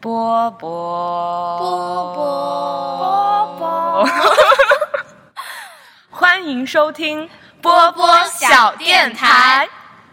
波波波波波，欢迎收听波波小电台。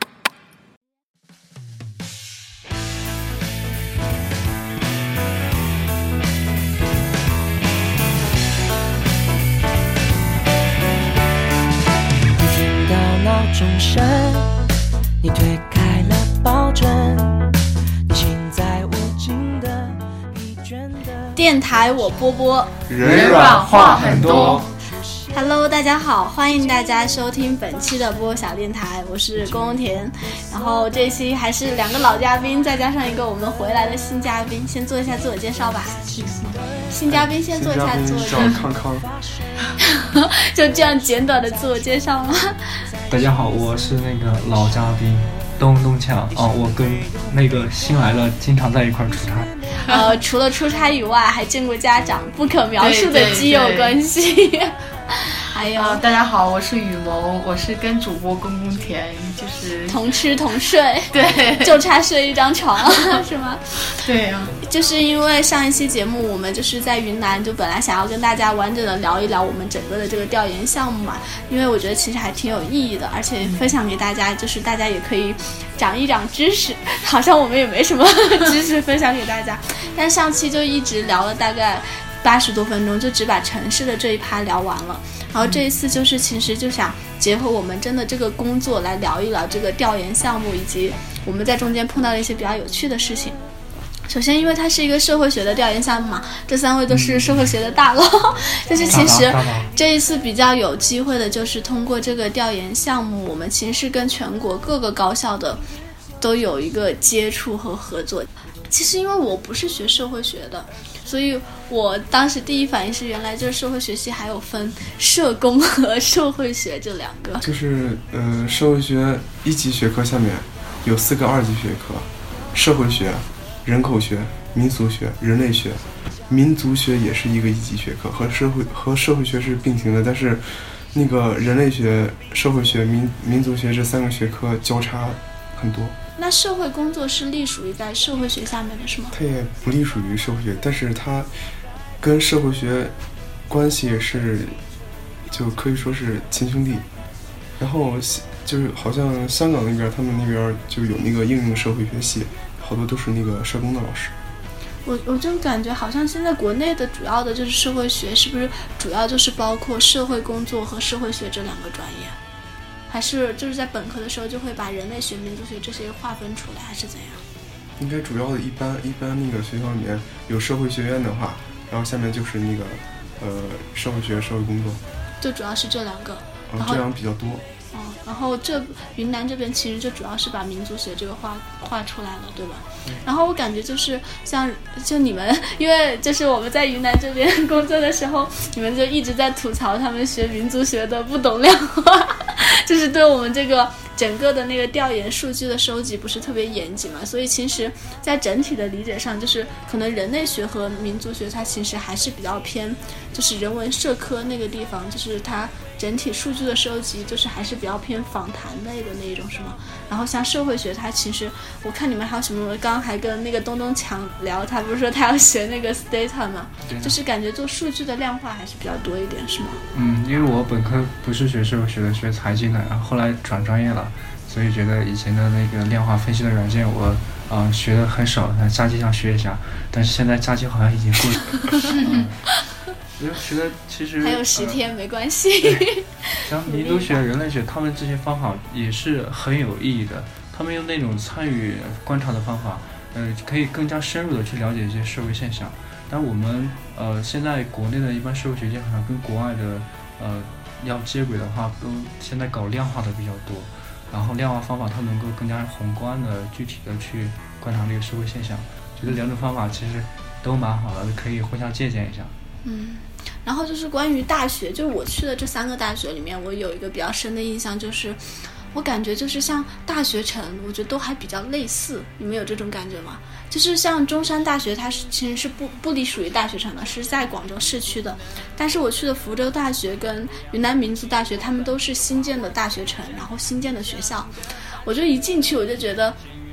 听到闹钟声，你推开了抱枕，你心在无尽的疲倦的电台我波波， 人软话很多。 Hello， 大家好，欢迎大家收听本期的波波小电台，我是宫田。然后这期还是两个老嘉宾，再加上一个我们回来的新嘉宾，先做一下自我介绍吧。新嘉宾先做一下自我介绍。 康康， 就这样简短的自我介绍吗？ 大家好，我是那个老嘉宾东强我跟那个新来了经常在一块出差。 除了出差以外，还见过家长，不可描述的基友关系。还有大家好，我是雨萌，我是跟主播宫田就是同吃同睡， 对， 就差睡一张床是吗？ 对呀、 就是因为上一期节目我们就是在云南，就本来想要跟大家完整的聊一聊我们整个的这个调研项目嘛，因为我觉得其实还挺有意义的，而且分享给大家，就是大家也可以长一长知识，好像我们也没什么知识分享给大家，但上期就一直聊了大概80多分钟，就只把城市的这一趴聊完了。然后这一次就是其实就想结合我们真的这个工作来聊一聊这个调研项目，以及我们在中间碰到的一些比较有趣的事情。首先因为它是一个社会学的调研项目嘛，这3位都是社会学的大佬，就是其实这一次比较有机会的就是通过这个调研项目，我们其实是跟全国各个高校的都有一个接触和合作。其实因为我不是学社会学的，所以我当时第一反应是原来就是社会学系还有分社工和社会学这两个。 就是社会学1级学科下面有4个2级学科，社会学、人口学、民俗学、人类学。民族学也是一个1级学科，和社会学是并行的，但是那个人类学、社会学、民族学这3个学科交叉很多。 那社会工作是隶属于在社会学下面的是吗？ 它也不隶属于社会学，但是它跟社会学关系是就可以说是亲兄弟。然后就是好像香港那边他们那边就有那个应用社会学系，好多都是那个社工的老师。 我就感觉好像现在国内的主要的就是社会学，是不是主要就是包括社会工作和社会学这2个专业？还是就是在本科的时候就会把人类学、民族学这些划分出来，还是怎样？ 应该主要的一般那个学校里面有社会学院的话，然后下面就是那个社会学、社会工作， 就主要是这2个， 这样比较多。 然后云南这边其实就主要是把民族学这个划出来了，对吧？然后我感觉就是就你们，因为就是我们在云南这边工作的时候，你们就一直在吐槽他们学民族学的不懂量化，就是对我们这个整个的那个调研数据的收集不是特别严谨嘛，所以其实在整体的理解上，就是可能人类学和民族学它其实还是比较偏就是人文社科那个地方，就是它整体数据的收集就是还是比较偏访谈类的那一种，是吗？然后像社会学它其实我看你们还有什么，刚刚还跟那个东强聊，他不是说他要学那个 Stata 吗？就是感觉做数据的量化还是比较多一点，是吗？ 因为我本科不是学社会学的，学财经的，然后后来转专业了，所以觉得以前的那个量化分析的软件我学的很少，假期想学一下，但是现在假期好像已经过了。学的其实还有10天没关系。 像民族学、人类学，他们这些方法也是很有意义的。他们用那种参与观察的方法，可以更加深入的去了解一些社会现象。但我们现在国内的一般社会学界好像跟国外的要接轨的话，都现在搞量化的比较多。然后量化方法它能够更加宏观的、具体的去观察这个社会现象。觉得2种方法其实都蛮好的，可以互相借鉴一下。 然后就是关于大学，就是我去的这3个大学里面，我有一个比较深的印象，就是我感觉就是像大学城，我觉得都还比较类似，你们有这种感觉吗？就是像中山大学，它其实是不隶属于大学城的，是在广州市区的。但是我去的福州大学跟云南民族大学，他们都是新建的大学城，然后新建的学校。我就一进去我就觉得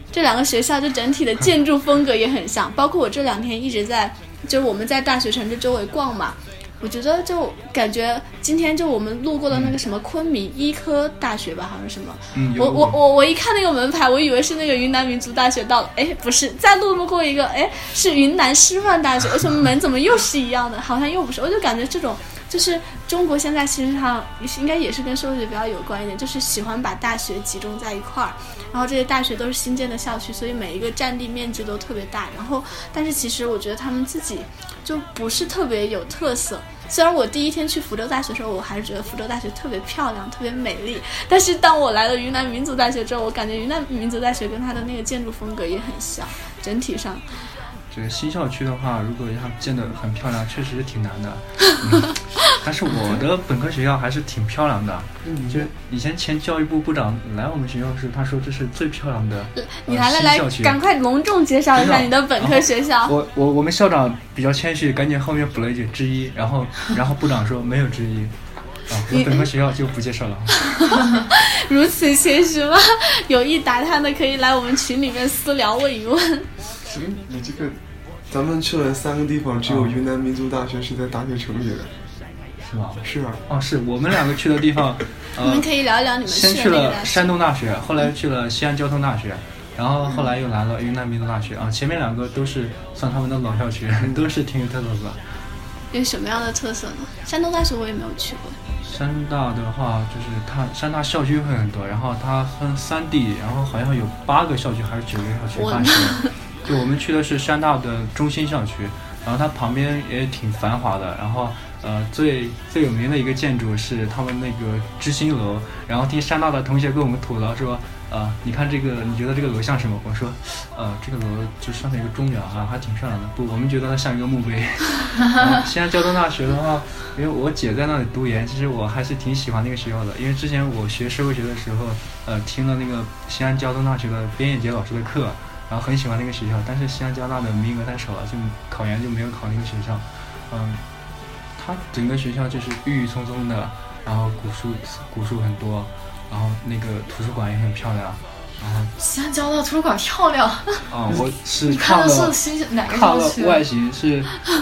这两个学校就整体的建筑风格也很像，包括我这2天一直在，就是我们在大学城这周围逛嘛。我觉得就感觉今天就我们路过的那个什么昆明医科大学吧，好像什么，我一看那个门牌，我以为是那个云南民族大学到了，哎，不是，再路过一个，哎，是云南师范大学，为什么门怎么又是一样的？好像又不是，我就感觉这种就是中国现在其实上应该也是跟社会学比较有关一点，就是喜欢把大学集中在一块儿，然后这些大学都是新建的校区，所以每一个占地面积都特别大，然后但是其实我觉得他们自己就不是特别有特色。虽然我第一天去福州大学的时候，我还是觉得福州大学特别漂亮特别美丽，但是当我来了云南民族大学之后，我感觉云南民族大学跟它的那个建筑风格也很像，整体上这个新校区的话，如果要建得很漂亮，确实是挺难的。但是我的本科学校还是挺漂亮的。就以前教育部部长来我们学校时，他说这是最漂亮的。 你来，赶快隆重介绍一下你的本科学校。 我们校长比较谦虚，赶紧后面补了一句之一，然后部长说没有之一。我本科学校就不介绍了。 如此谦虚吗？有意打探的可以来我们群里面私聊问一问。 你这个，咱们去了3个地方，只有云南民族大学是在大学城里的， 是吗？ 是啊。 哦，是我们2个去的地方。 你们可以聊一聊你们先去了山东大学，后来去了西安交通大学，然后后来又来了云南民族大学啊。前面2个都是算他们的老校区，都是挺有特色的。 有什么样的特色呢？山东大学我也没有去过。 山大的话，就是它山大校区会很多，然后它分3地，然后好像有8个校区还是9个校区大学。就我们去的是山大的中心校区，然后它旁边也挺繁华的，然后最有名的一个建筑是他们那个知心楼，然后听山大的同学跟我们吐槽说，你看这个，你觉得这个楼像什么？我说，这个楼就上面一个钟表啊，还挺漂亮的。不，我们觉得它像一个墓碑。西安交通大学的话，因为我姐在那里读研，其实我还是挺喜欢那个学校的，因为之前我学社会学的时候，听了那个西安交通大学的边艳杰老师的课。然后很喜欢那个学校，但是西安交大的名额太少了，就考研就没有考那个学校。它整个学校就是郁郁葱葱的，然后古树很多，然后那个图书馆也很漂亮。然后西安交大图书馆漂亮。 我是看的是哪个校区？ 看了外形是。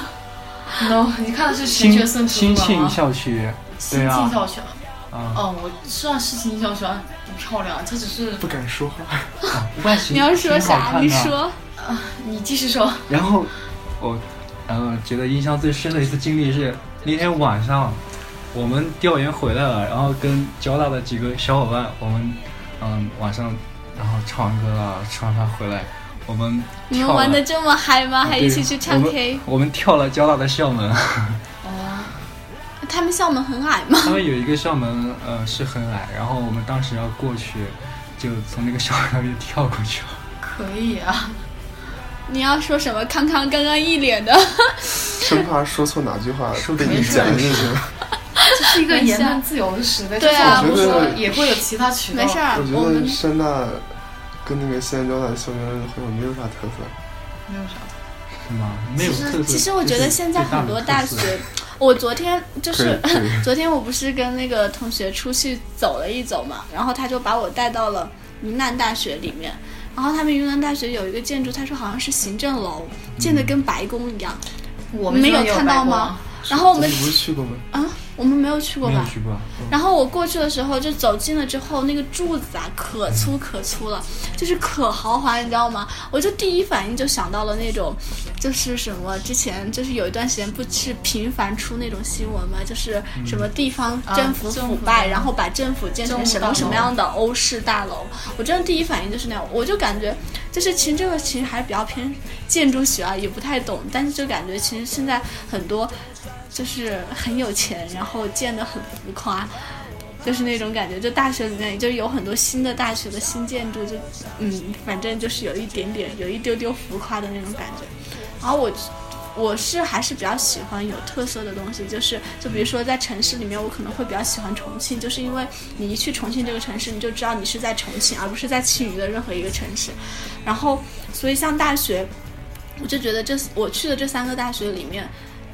No， 你看的是钱学森图书馆吗？ 新庆校区。 新庆校区。我知道是新校区啊，很漂亮，它只是不敢说话。 外形你要说啥？你说。 你继续说。 然后我觉得印象最深的一次经历是那天晚上，我们调研回来了，然后跟交大的几个小伙伴，我们晚上然后唱完歌了，吃完饭回来， 你们玩的这么嗨吗？还一起去唱 K？ 我们跳了交大的校门。 他们校门很矮吗？ 他们有一个校门是很矮，然后我们当时要过去，就从那个校门那边跳过去了。 可以啊。 你要说什么？康康刚刚一脸的， 生怕说错哪句话被你讲进去了。 这是一个言论自由的时代， 对啊， 我觉得也会有其他渠道。 没事儿， 我觉得山大跟那个西安交大的校园好像没有啥特色。 没有啥特色。 是吗？没有特色。 其实我觉得现在很多大学，我昨天我不是跟那个同学出去走了一走嘛，然后他就把我带到了云南大学里面，然后他们云南大学有一个建筑，他说好像是行政楼，建得跟白宫一样。 我们没有看到吗？然后我们不是去过吗？ 我们没有去过吧？ 没有去过。 然后我过去的时候，就走近了之后，那个柱子啊，可粗了，就是可豪华，你知道吗？我就第一反应就想到了那种，就是什么之前就是有一段时间不是频繁出那种新闻嘛，就是什么地方政府腐败，然后把政府建成什么样的欧式大楼。我真的第一反应就是那样，我就感觉就是其实这个其实还是比较偏建筑学啊，也不太懂，但是就感觉其实现在很多就是很有钱，然后建得很浮夸，就是那种感觉。就大学里面就有很多新的大学的新建筑，就反正就是有一丢丢浮夸的那种感觉。然后我是还是比较喜欢有特色的东西，就比如说在城市里面，我可能会比较喜欢重庆，就是因为你一去重庆这个城市，你就知道你是在重庆，而不是在庆余的任何一个城市。然后所以像大学，我就觉得我去的这3个大学里面，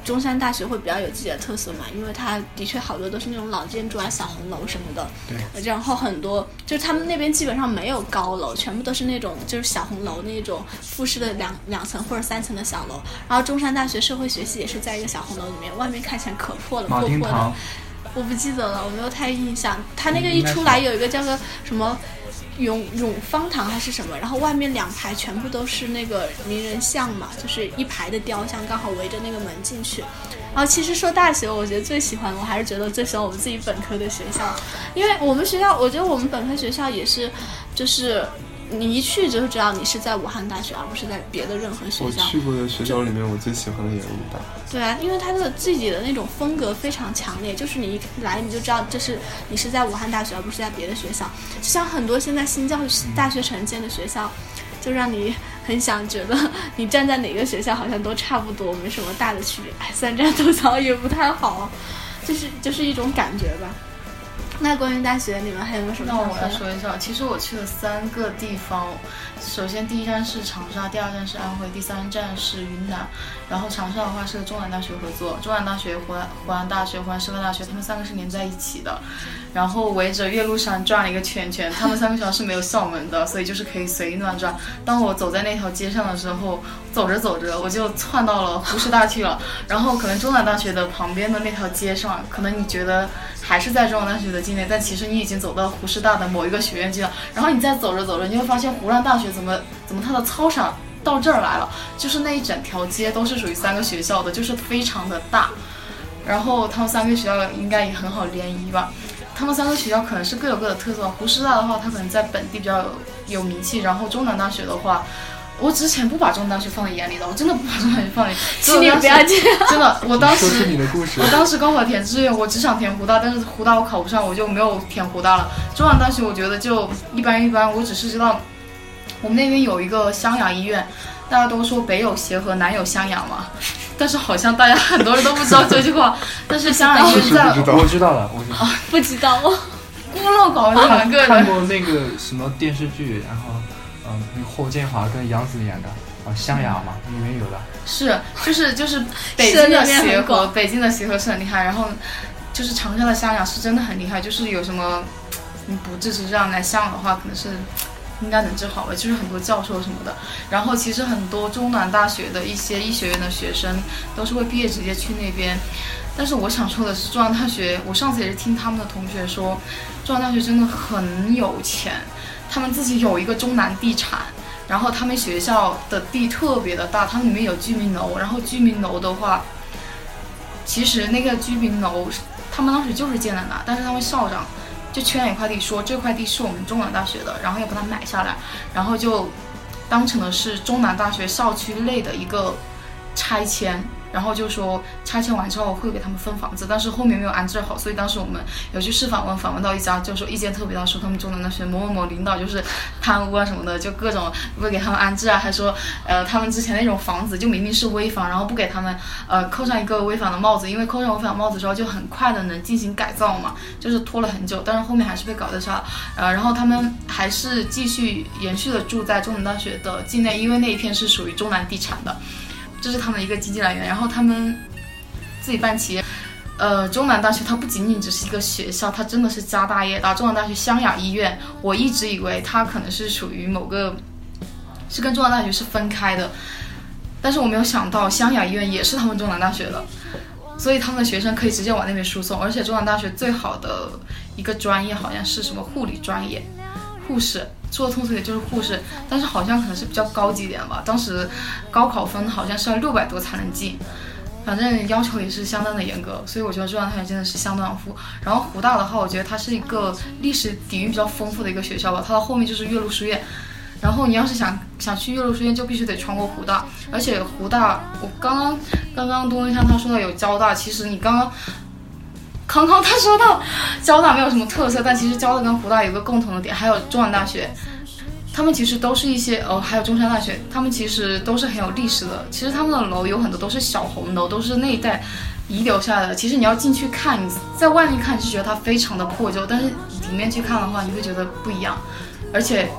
中山大学会比较有自己的特色嘛，因为它的确好多都是那种老建筑啊、小红楼什么的。 对。 然后很多就是他们那边基本上没有高楼，全部都是那种就是小红楼那种复式的两层或者3层的小楼。然后中山大学社会学系也是在一个小红楼里面，外面看起来可破了， 马丁堂。 我不记得了，我没有太印象。它那个一出来有一个叫做什么永芳堂还是什么，然后外面2排全部都是那个名人像嘛，就是一排的雕像，刚好围着那个门进去。然后其实说大学，我觉得最喜欢，我还是觉得最喜欢我们自己本科的学校，因为我们学校，我觉得我们本科学校也是，就是你一去就知道你是在武汉大学，而不是在别的任何学校。 我去过的学校里面，我最喜欢的也是武大。 对啊，因为它的自己的那种风格非常强烈，就是你一来你就知道你是在武汉大学，而不是在别的学校。就像很多现在新教育大学城建的学校，就让你很想觉得你站在哪个学校好像都差不多，没什么大的区别。虽然这样吐槽也不太好，就是一种感觉吧。那关于大学你们还有没有什么？ 那我来说一下，其实我去了3个地方，首先第一站是长沙，第2站是安徽，第3站是云南。然后长沙的话是和中南大学合作，中南大学、湖南大学、湖南师范大学，他们3个是连在一起的。然后围着岳麓山转了一个圈圈，他们3个学校是没有校门的，所以就是可以随意乱转。当我走在那条街上的时候，走着走着我就窜到了湖师大去了。然后可能中南大学的旁边的那条街上，可能你觉得还是在中南大学的境内，但其实你已经走到湖师大的某一个学院去了。然后你再走着走着，你会发现湖南大学怎么它的操场到这儿来了，就是那一整条街都是属于3个学校的，就是非常的大。然后他们3个学校应该也很好联谊吧。他们3个学校可能是各有各的特色。湖师大的话，它可能在本地比较有名气。然后中南大学的话，我之前不把中南大学放在眼里的，我真的不把中南大学放在眼里。 请你不要这样。 真的，我当时说出你的故事。 我当时高考填志愿，我只想填湖大，但是湖大我考不上，我就没有填湖大了。中南大学我觉得就一般一般，我只是知道我们那边有一个湘雅医院，大家都说北有协和，南有湘雅嘛。但是好像大家很多人都不知道这句话。但是湘雅医院在我知道了， 不知道， 孤陋寡闻2个人。 看过那个什么电视剧，然后霍建华跟杨紫演的湘雅嘛，里面有的。 是，就是北京的协和，北京的协和是很厉害，然后就是长沙的湘雅是真的很厉害，就是有什么你不治之症来湘雅的话，可能是应该能治好吧，就是很多教授什么的。然后其实很多中南大学的一些医学院的学生都是会毕业直接去那边。但是我想说的是，中南大学，我上次也是听他们的同学说，中南大学真的很有钱，他们自己有一个中南地产，然后他们学校的地特别的大，他们里面有居民楼，然后居民楼的话，其实那个居民楼他们当时就是建在那，但是他们校长就圈了一块地，说这块地是我们中南大学的，然后要把它买下来，然后就当成了是中南大学校区内的一个拆迁。然后就说拆迁完之后会给他们分房子，但是后面没有安置好，所以当时我们有去试访问到一家，就说意见特别大，说他们中南大学某某某领导就是贪污啊什么的，就各种不给他们安置啊，还说他们之前那种房子就明明是危房，然后不给他们扣上一个危房的帽子，因为扣上危房帽子之后就很快的能进行改造嘛，就是拖了很久，但是后面还是被搞得下然后他们还是继续延续的住在中南大学的境内，因为那一片是属于中南地产的。这是他们的一个经济来源，然后他们自己办企业。中南大学它不仅仅只是一个学校，它真的是家大业大。中南大学湘雅医院，我一直以为它可能是属于某个，是跟中南大学是分开的，但是我没有想到湘雅医院也是他们中南大学的，所以他们的学生可以直接往那边输送。而且中南大学最好的一个专业好像是什么护理专业，护士。说的通俗点就是护士，但是好像可能是比较高级一点吧。当时高考分好像是要600多才能进，反正要求也是相当的严格，所以我觉得中南大学真的是相当的富。然后湖大的话，我觉得它是一个历史底蕴比较丰富的一个学校吧，它的后面就是岳麓书院。然后你要是想去岳麓书院，就必须得穿过湖大。而且湖大，我刚刚东文香他说到有交大，其实你刚刚他说到交大没有什么特色，但其实交大跟湖大有个共同的点，还有中南大学，他们其实都是一些还有中山大学，他们其实都是很有历史的。其实他们的楼有很多都是小红楼，都是那一代遗留下来的。其实你要进去看，你在外面看是觉得它非常的破旧，但是里面去看的话，你会觉得不一样。而且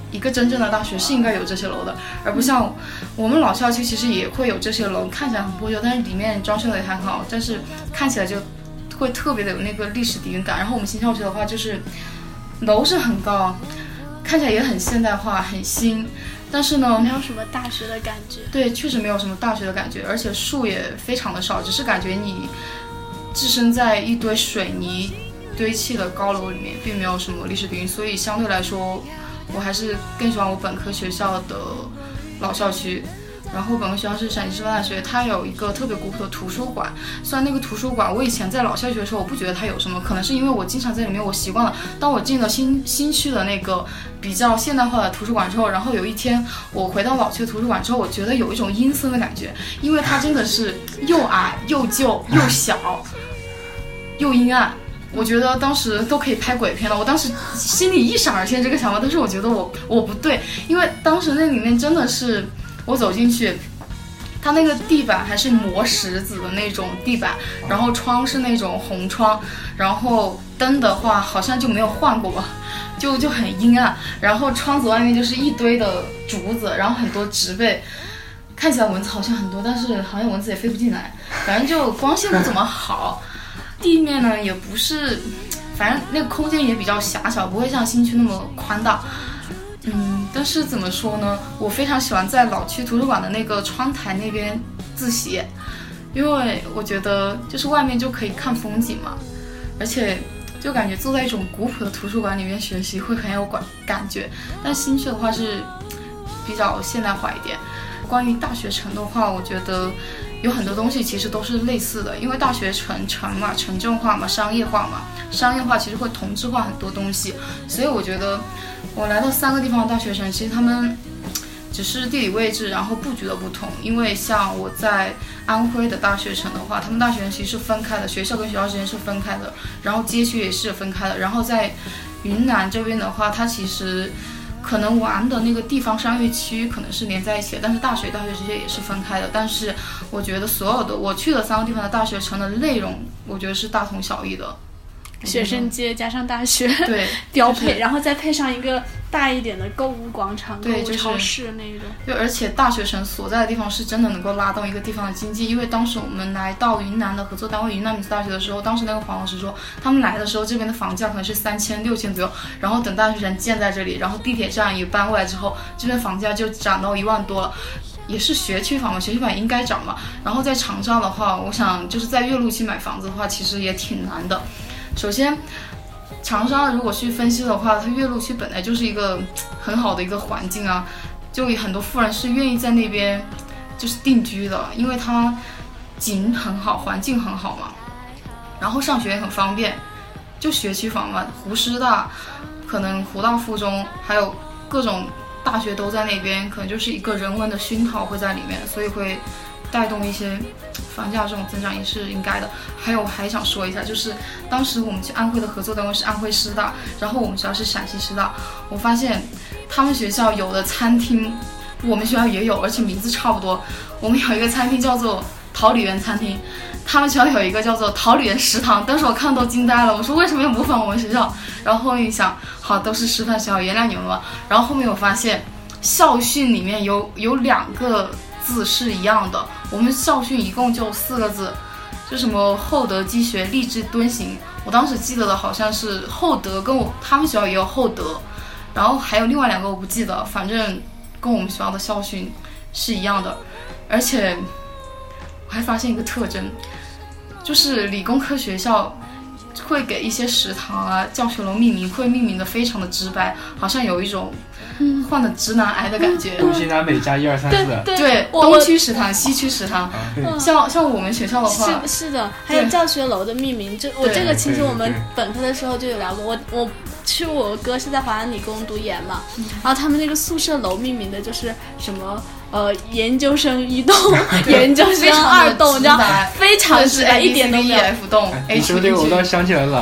一个真正的大学是应该有这些楼的，而不像我们老校区其实也会有这些楼，看起来很破旧，但是里面装修的也很好，但是看起来就会特别的有那个历史底蕴感。然后我们新校区的话，就是楼是很高，看起来也很现代化，很新，但是呢， 没有什么大学的感觉。 对，确实没有什么大学的感觉，而且树也非常的少，只是感觉你置身在一堆水泥堆砌的高楼里面，并没有什么历史底蕴，所以相对来说，我还是更喜欢我本科学校的老校区。然后本科学校是陕西师范大学，它有一个特别古朴的图书馆。虽然那个图书馆我以前在老校区的时候我不觉得它有什么，可能是因为我经常在里面，我习惯了。当我进了新区的那个比较现代化的图书馆之后，然后有一天我回到老区的图书馆之后，我觉得有一种阴森的感觉，因为它真的是又矮又旧又小又阴暗。我觉得当时都可以拍鬼片了，我当时心里一闪而现这个想法，但是我觉得我不对，因为当时那里面真的是我走进去，它那个地板还是磨石子的那种地板，然后窗是那种红窗，然后灯的话好像就没有换过吧，就很阴暗，然后窗子外面就是一堆的竹子，然后很多植被，看起来蚊子好像很多，但是好像蚊子也飞不进来，反正就光线不怎么好。地面呢也不是，反正那个空间也比较狭小，不会像新区那么宽大。但是怎么说呢，我非常喜欢在老区图书馆的那个窗台那边自习，因为我觉得就是外面就可以看风景嘛，而且就感觉坐在一种古朴的图书馆里面学习会很有感觉。但新区的话是比较现代化一点。关于大学城的话，我觉得有很多东西其实都是类似的，因为大学城嘛，城镇化嘛，商业化嘛，商业化其实会同质化很多东西，所以我觉得我来到3个地方的大学城，其实他们只是地理位置然后布局的不同。因为像我在安徽的大学城的话，他们大学城其实是分开的，学校跟学校之间是分开的，然后街区也是分开的。然后在云南这边的话，它其实可能玩的那个地方商业区可能是连在一起的，但是大学之间也是分开的。但是我觉得所有的我去的3个地方的大学城的内容，我觉得是大同小异的。 学生街加上大学， 对标配，然后再配上一个大一点的购物广场、购物超市那种。 对，而且大学城所在的地方是真的能够拉动一个地方的经济。因为当时我们来到云南的合作单位云南民族大学的时候，当时那个黄老师说，他们来的时候这边的房价可能是3000、6000左右，然后等大学城建在这里，然后地铁站也搬过来之后，这边房价就涨到1万多了。也是学区房嘛，学区房应该涨嘛。然后在长沙的话，我想就是在岳麓区买房子的话，其实也挺难的。首先长沙如果去分析的话，它岳麓区本来就是一个很好的一个环境啊，就有很多富人是愿意在那边就是定居的，因为它景很好，环境很好嘛，然后上学也很方便，就学区房嘛，湖师大可能湖大附中还有各种大学都在那边，可能就是一个人文的熏陶会在里面，所以会带动一些房价这种增长也是应该的。还有还想说一下，就是当时我们去安徽的合作单位是安徽师大，然后我们学校是陕西师大，我发现他们学校有的餐厅我们学校也有，而且名字差不多。我们有一个餐厅叫做桃李园餐厅，他们学校有一个叫做桃李园食堂，当时我看都惊呆了，我说为什么要模仿我们学校？然后后面一想，好，都是师范学校，原谅你们了。然后后面我发现校训里面有2个字是一样的，我们校训一共就4个字，就什么厚德积学，立志敦行。我当时记得的好像是厚德，跟他们学校也有厚德，然后还有另外2个我不记得，反正跟我们学校的校训是一样的。而且我还发现一个特征，就是理工科学校会给一些食堂啊、教学楼命名，会命名的非常的直白，好像有一种患了直男癌的感觉。 东西南北加1、2、3、4。 对，东区食堂、西区食堂。像我们学校的话， 是的，还有教学楼的命名，我这个其实我们本科的时候就有聊过。我去我哥是在华南理工读研嘛，然后他们那个宿舍楼命名的就是什么。研究生1栋，研究生2栋，你知道，非常直白，一点都没有。 F 栋， 你说这个我倒想起来了，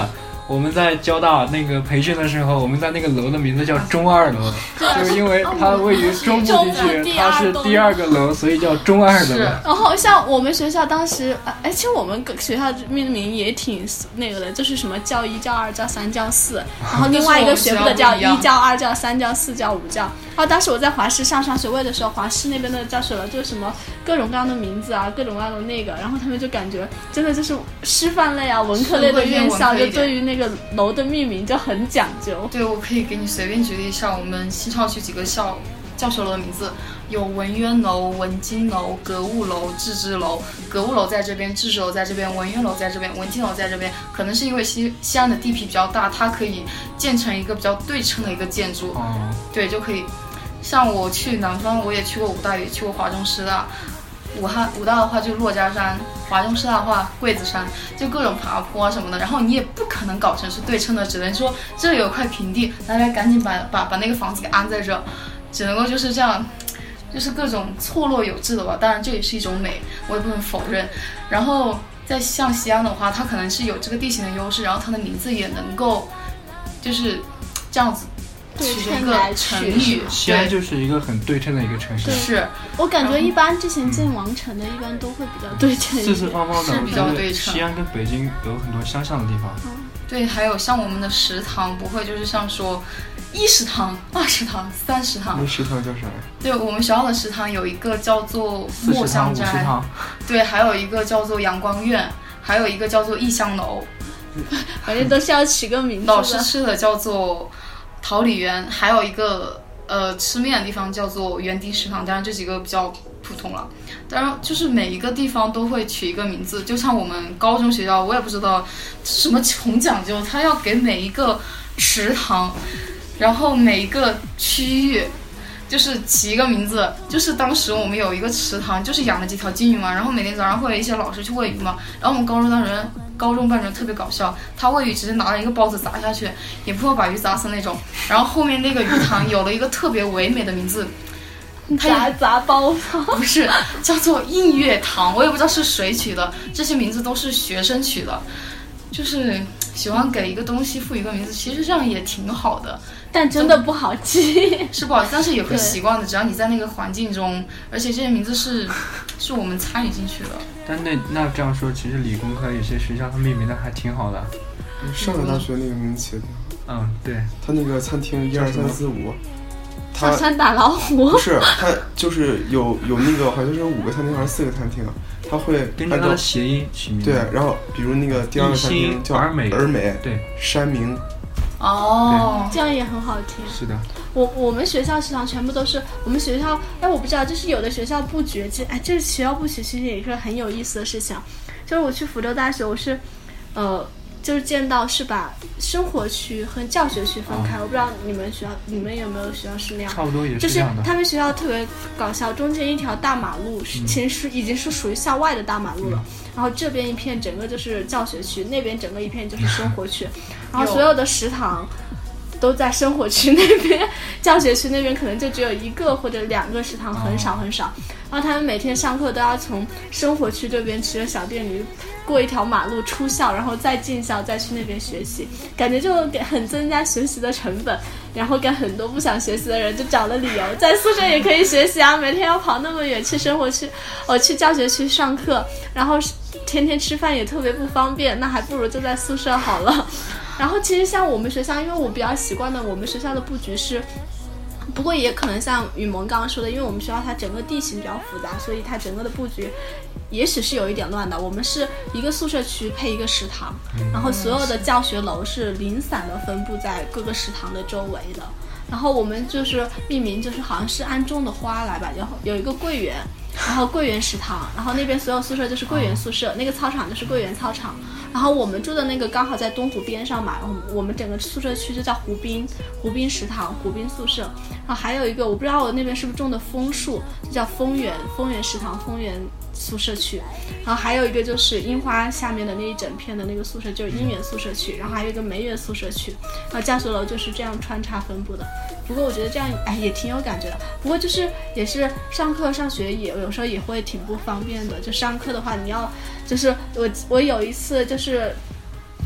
我们在交大那个培训的时候，我们在那个楼的名字叫中2楼，就是因为它位于中部地区，它是第2个楼，所以叫中2楼。 然后像我们学校当时，其实我们学校命名也挺那个的，就是什么教1、教2、教3、教4，然后另外一个学部的叫1、教2、教3、教4、教5、教。然后当时我在华师上学位的时候，华师那边的教学楼就是什么各种各样的名字啊，各种各样的那个，然后他们就感觉真的就是师范类啊、文科类的院校，就对于那个楼的命名就很讲究。 对，我可以给你随便举例一下我们新校区几个教学楼的名字，有文渊楼、文经楼、格物楼、致知楼。格物楼在这边，致知楼在这边，文渊楼在这边，文经楼在这边。可能是因为西安的地皮比较大，它可以建成一个比较对称的一个建筑。对，就可以。像我去南方，我也去过武大，也去过华中师大。武大的话就珞珈山，华中师大的话桂子山，就各种爬坡啊什么的。然后你也不可能搞成是对称的，只能说这有块平地，大家赶紧把那个房子给安在这，只能够就是这样，就是各种错落有致的吧。当然这也是一种美，我也不能否认。然后在像西安的话，它可能是有这个地形的优势，然后它的名字也能够就是这样子。 对称来成语， 西安就是一个很对称的一个城市。 是， 我感觉一般之前建王城的，一般都会比较对称， 四四方方的， 是比较对称。 西安跟北京有很多相像的地方。 对，还有像我们的食堂，不会就是像说1食堂、2食堂、3食堂。 那食堂叫啥？ 对，我们学校的食堂有一个叫做墨香斋，对，还有一个叫做阳光院，还有一个叫做异香楼， 反正都是要取个名字。 老师吃的叫做桃李园，还有一个吃面的地方叫做园丁食堂，当然这几个比较普通了。当然就是每一个地方都会取一个名字，就像我们高中学校，我也不知道什么穷讲究，他要给每一个食堂，然后每一个区域就是起一个名字。就是当时我们有一个池塘，就是养了几条金鱼嘛，然后每天早上会有一些老师去喂鱼嘛，然后我们高中班主任特别搞笑，他喂鱼直接拿了一个包子砸下去，也不会把鱼砸死那种。然后后面那个鱼塘有了一个特别唯美的名字， 砸包子， 不是，叫做映月堂，我也不知道是谁取的，这些名字都是学生取的，就是喜欢给一个东西赋予一个名字，其实这样也挺好的。 但真的不好记， 是不好记，但是也会习惯的。只要你在那个环境中，而且这些名字是我们参与进去的。 但那这样说，其实理工科有些学校它命名的还挺好的。 上海大学那个名字起的。 对。 他那个餐厅1、2、3、4、5， 小山打老虎。 不是，他就是有那个好像是5个餐厅还是4个餐厅，他会根据它的谐音起名。 对，然后比如那个第2个餐厅叫儿美， 对，山明。 这样也很好听。 是的， 我们学校食堂全部都是我们学校，我不知道，就是有的学校布局，这学校布局其实也是很有意思的事情。就是我去福州大学，我是，就是见到是把生活区和教学区分开。我不知道你们有没有学校是那样？ 差不多也是这样的。就是他们学校特别搞笑，中间一条大马路，其实已经是属于校外的大马路了。然后这边一片整个就是教学区，那边整个一片就是生活区，然后所有的食堂都在生活区那边，教学区那边可能就只有1个或者2个食堂，很少很少。然后他们每天上课都要从生活区这边骑着小电驴过一条马路出校，然后再进校，再去那边学习，感觉就很增加学习的成本。然后给很多不想学习的人就找了理由，在宿舍也可以学习啊，每天要跑那么远去生活区，去教学区上课，然后天天吃饭也特别不方便，那还不如就在宿舍好了。然后其实像我们学校，因为我比较习惯的，我们学校的布局是，不过也可能像雨萌刚刚说的，因为我们学校它整个地形比较复杂，所以它整个的布局也许是有一点乱的。我们是一个宿舍区配一个食堂，然后所有的教学楼是零散的分布在各个食堂的周围的。然后我们就是命名，就是好像是按种的花来吧，然后有一个桂园，然后桂园食堂，然后那边所有宿舍就是桂园宿舍，那个操场就是桂园操场。然后我们住的那个刚好在东湖边上嘛，我们整个宿舍区就叫湖滨食堂、湖滨宿舍。然后还有一个我不知道我那边是不是种的枫树，就叫枫园食堂、枫园宿舍区。然后还有一个就是樱花下面的那一整片的那个宿舍就是樱园宿舍区，然后还有一个梅园宿舍区。然后教学楼就是这样穿插分布的。不过我觉得这样也挺有感觉的。不过就是也是上课上学也有时候也会挺不方便的。就上课的话，你要就是我有一次就是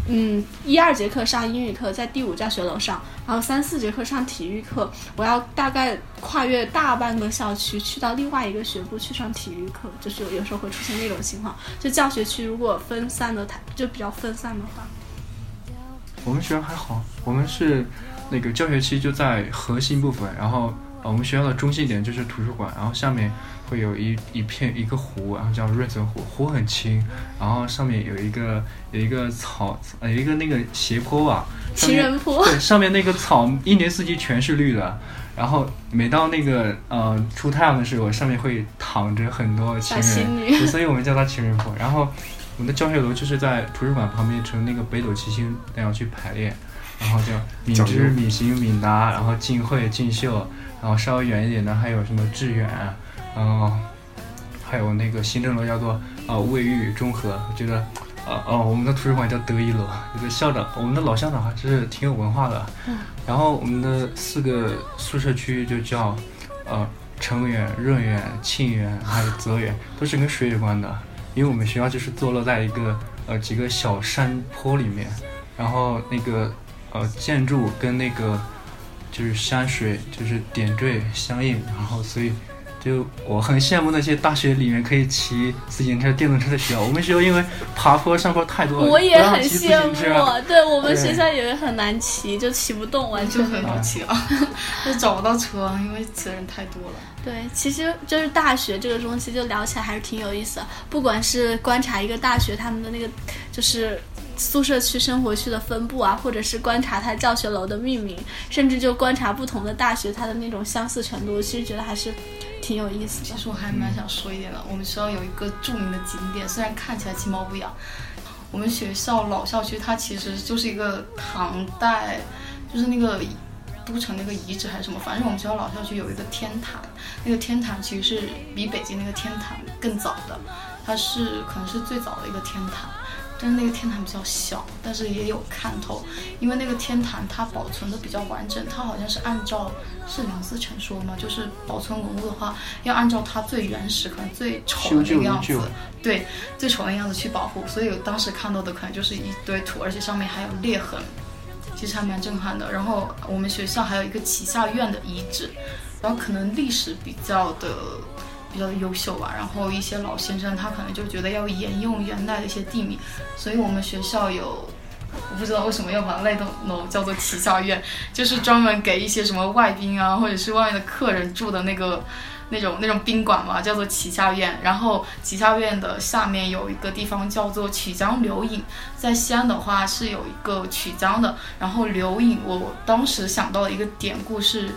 1、2节课上英语课，在第5教学楼上，然后3、4节课上体育课，我要大概跨越大半个校区去到另外一个学部去上体育课，就是有时候会出现那种情况。就教学区如果分散的就比较分散的话， 我们学校还好，我们是那个教学区就在核心部分，然后我们学校的中心点就是图书馆，然后下面会有一个湖，然后叫润泽湖，湖很清，然后上面有一个草，有一个那个斜坡吧， 情人坡， 对，上面那个草一年四季全是绿的，然后每到那个出太阳的时候，上面会躺着很多情人，所以我们叫它情人坡。然后我们的教学楼就是在图书馆旁边，从那个北斗七星那样去排列，然后叫闽知、闽行、闽达，然后晋汇、晋秀，然后稍微远一点的还有什么致远，还有那个行政楼叫做卫浴中和。我觉得我们的图书馆叫德一楼，这个校长，我们的老校长还是挺有文化的。然后我们的4个宿舍区就叫成园、润园、庆园还有泽园，都是跟水有关的。因为我们学校就是坐落在一个几个小山坡里面，然后那个建筑跟那个就是山水就是点缀相应，然后所以就我很羡慕那些大学里面可以骑自行车、电动车的学校。我们学校因为爬坡上坡太多了， 我也很羡慕。对，我们对学校也很难骑，就骑不动，完全很难骑啊，就找不到车，因为骑的人太多了。 对，其实就是大学这个东西就聊起来还是挺有意思的，不管是观察一个大学他们的那个就是宿舍区、生活区的分布啊，或者是观察它教学楼的命名，甚至就观察不同的大学它的那种相似程度，其实觉得还是挺有意思的。 其实我还蛮想说一点的，我们学校有一个著名的景点，虽然看起来其貌不扬，我们学校老校区它其实就是一个唐代，就是那个都城那个遗址还是什么，反正我们学校老校区有一个天坛，那个天坛其实是比北京那个天坛更早的，它是可能是最早的一个天坛。但是那个天坛比较小，但是也有看头，因为那个天坛它保存的比较完整，它好像是按照是梁思成说嘛，就是保存文物的话要按照它最原始可能最丑的那个样子，对，最丑的样子去保护，所以当时看到的可能就是一堆土，而且上面还有裂痕，其实还蛮震撼的。然后我们学校还有一个旗下院的遗址，然后可能历史比较的优秀吧，然后一些老先生他可能就觉得要沿用原来的一些地名，所以我们学校有，我不知道为什么要把那栋楼叫做旗下院，就是专门给一些什么外宾啊或者是外面的客人住的那种宾馆嘛，叫做旗下院。然后旗下院的下面有一个地方叫做曲江流影，在西安的话是有一个曲江的，然后流影我当时想到的一个典故是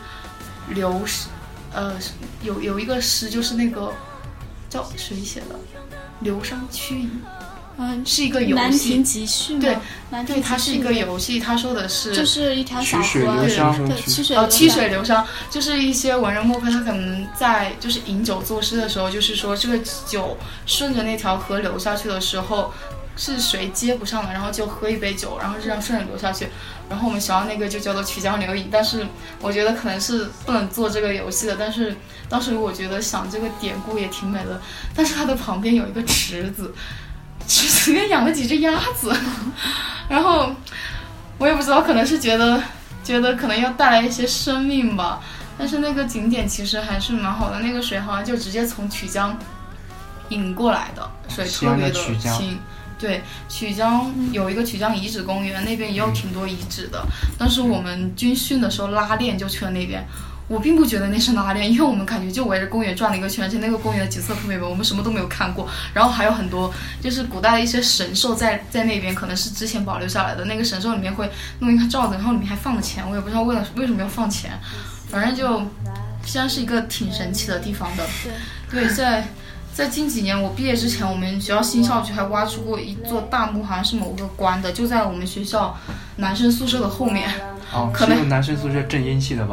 有一个诗，就是那个叫谁写的流觞曲影，是一个游戏， 兰亭集序对，它是一个游戏，他说的是就是一条小河， 曲水流觞，就是一些文人墨客他可能在就是饮酒作诗的时候，就是说这个酒顺着那条河流下去的时候是谁接不上了，然后就喝一杯酒，然后这样顺着流下去。然后我们学校那个就叫做曲江流影，但是我觉得可能是不能做这个游戏的，但是当时我觉得想这个典故也挺美的，但是它的旁边有一个池子里面养了几只鸭子，然后我也不知道，可能是觉得可能要带来一些生命吧，但是那个景点其实还是蛮好的，那个水好像就直接从曲江引过来的，水特别的清。对，曲江有一个曲江遗址公园，那边也有挺多遗址的。当时我们军训的时候拉练就去了那边，我并不觉得那是拉练，因为我们感觉就围着公园转了一个圈，而且那个公园的景色特别美，我们什么都没有看过。然后还有很多就是古代的一些神兽在那边，可能是之前保留下来的。那个神兽里面会弄一个罩子，然后里面还放了钱，我也不知道为什么要放钱，反正就西安是一个挺神奇的地方的。对，在近几年我毕业之前，我们学校新校区还挖出过一座大墓，好像是某个官的，就在我们学校男生宿舍的后面。 可能是男生宿舍正阴气的吧？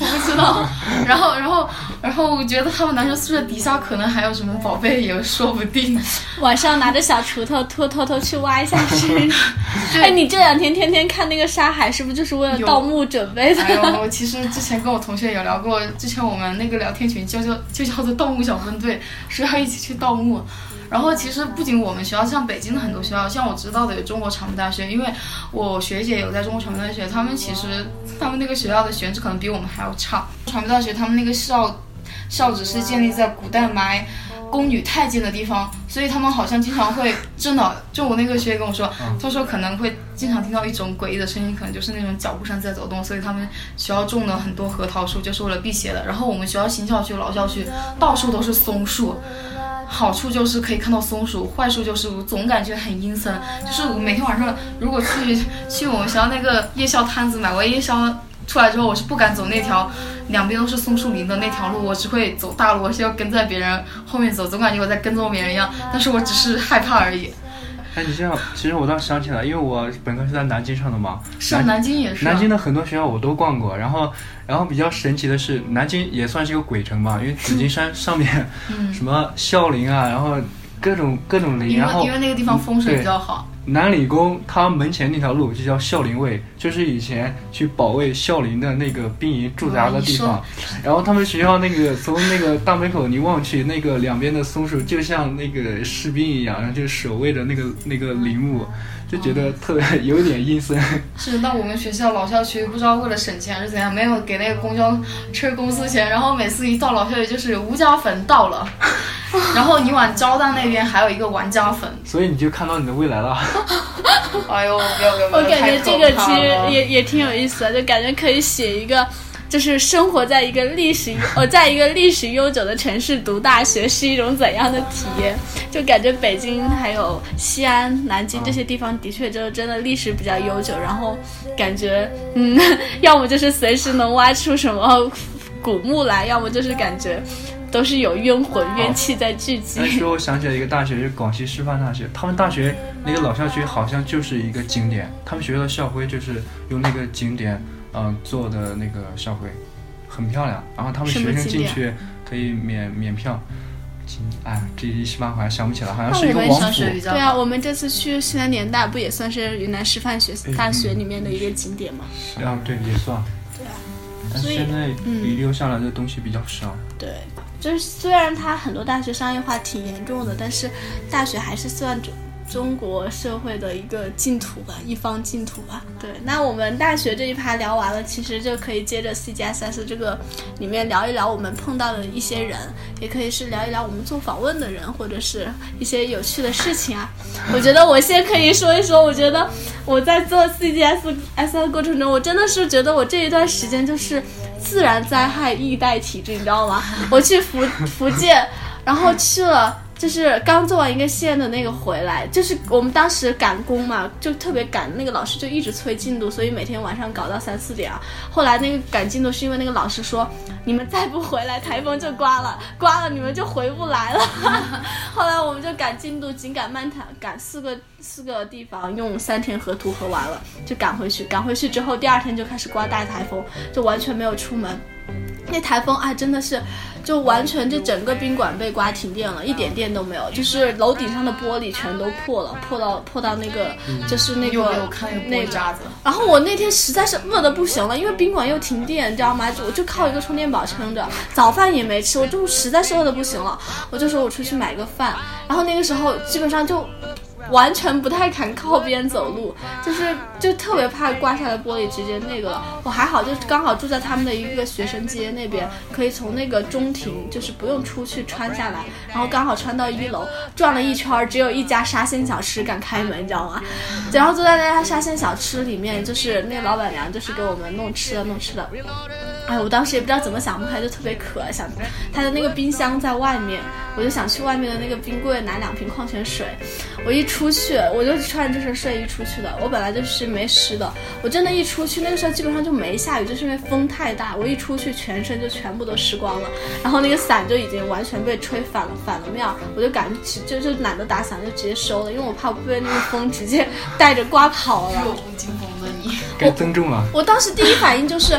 我不知道。然后我觉得他们男生宿舍底下可能还有什么宝贝也说不定。 晚上拿着小锄头偷偷去挖一下去。哎，你这2天天天看那个沙海，是不是就是为了盗墓准备的？ 哎呦，其实之前跟我同学有聊过，之前我们那个聊天群就叫做盗墓小分队，是要一起去盗墓。然后其实不仅我们学校，像北京的很多学校，像我知道的有中国传媒大学，因为我学姐有在中国传媒大学，他们那个学校的学制可能比我们还要差。传媒大学他们那个校址是建立在古代埋宫女太监的地方，所以他们好像经常会真的，就我那个学姐跟我说，她说可能会经常听到一种诡异的声音，可能就是那种脚步声在走动，所以他们学校种了很多核桃树，就是为了辟邪的。然后我们学校新校区老校区到处都是松树。好处就是可以看到松鼠，坏处就是我总感觉很阴森。就是我每天晚上如果去我们学校那个夜宵摊子买完夜宵出来之后，我是不敢走那条两边都是松树林的那条路，我只会走大路，我是要跟在别人后面走，总感觉我在跟踪别人一样，但是我只是害怕而已。 哎，你这样，其实我倒想起来，因为我本科是在南京上的嘛， 是南京也是， 南京的很多学校我都逛过，然后比较神奇的是，南京也算是一个鬼城吧，因为紫金山上面什么孝陵啊，然后各种陵，然后因为那个地方风水比较好。 南理工它门前那条路就叫孝陵卫，就是以前去保卫孝陵的那个兵营驻扎的地方。然后他们学校那个从那个大门口你望去，那个两边的松树就像那个士兵一样，然后就守卫着那个陵墓，就觉得特别有点阴森。 是，那我们学校老校区不知道为了省钱还是怎样，没有给那个公交车公司钱，然后每次一到老校区就是吴家坟到了。然后你往交大那边还有一个王家坟， 所以你就看到你的未来了。 哎呦，不要！ 我感觉这个其实也挺有意思的，就感觉可以写一个，就是生活在一个在一个历史悠久的城市读大学是一种怎样的体验？就感觉北京还有西安、南京这些地方的确就真的历史比较悠久，然后感觉要么就是随时能挖出什么古墓来，要么就是感觉都是有冤魂冤气在聚集。 那时候我想起来一个大学，就是广西师范大学，他们大学那个老校区好像就是一个景点，他们学校的校徽就是用那个景点做的那个校徽，很漂亮。然后他们学生进去可以免票。这一时半会儿想不起来，好像是一个王府。 对啊，我们这次去西南联大不也算是云南师范大学里面的一个景点吗？ 对，也算。 对啊。 但现在遗留下来的东西比较少。 对，就是虽然它很多大学商业化挺严重的，但是大学还是算中国社会的一个净土吧，一方净土吧。对，那我们大学这一趴聊完了，其实就可以接着 CGSS 这个里面聊一聊我们碰到的一些人，也可以是聊一聊我们做访问的人，或者是一些有趣的事情啊。我觉得我先可以说一说，我觉得我在做 CGSS 的过程中，我真的是觉得我这一段时间就是自然灾害易带体质，你知道吗？我去福建，然后去了。就是刚做完一个县的那个回来，就是我们当时赶工嘛，就特别赶，那个老师就一直催进度，所以每天晚上搞到3、4点啊。后来那个赶进度是因为那个老师说，你们再不回来，台风就刮了你们就回不来了。后来我们就赶进度，紧赶慢赶4个地方，用3天河图河完了，就赶回去之后，第2天就开始刮大台风，就完全没有出门。那台风真的是就完全就整个宾馆被刮停电了，一点电都没有，就是楼顶上的玻璃全都破了，破到那个就是那个那渣子。 然后我那天实在是饿得不行了，因为宾馆又停电，你知道吗？我就靠一个充电宝撑着，早饭也没吃，我就实在是饿得不行了，我就说我出去买个饭。然后那个时候基本上就完全不太敢靠边走路，就特别怕刮下来玻璃直接那个了。我还好，就刚好住在他们的一个学生街那边，可以从那个中庭就是不用出去穿下来，然后刚好穿到1楼，转了一圈，只有一家沙县小吃敢开门，你知道吗？然后坐在那家沙县小吃里面，就是那个老板娘就是给我们弄吃的。哎，我当时也不知道怎么想不开，就特别渴，想他的那个冰箱在外面，我就想去外面的那个冰柜拿2瓶矿泉水。我一出去，我就穿着这身睡衣出去的，我本来就是没湿的，我真的一出去，那个时候基本上就没下雨，就是因为风太大，我一出去全身就全部都湿光了，然后那个伞就已经完全被吹反了面，我就就懒得打伞，就直接收了，因为我怕我被那个风直接带着刮跑了。 弱不禁风的你， 该增重了。 我当时第一反应就是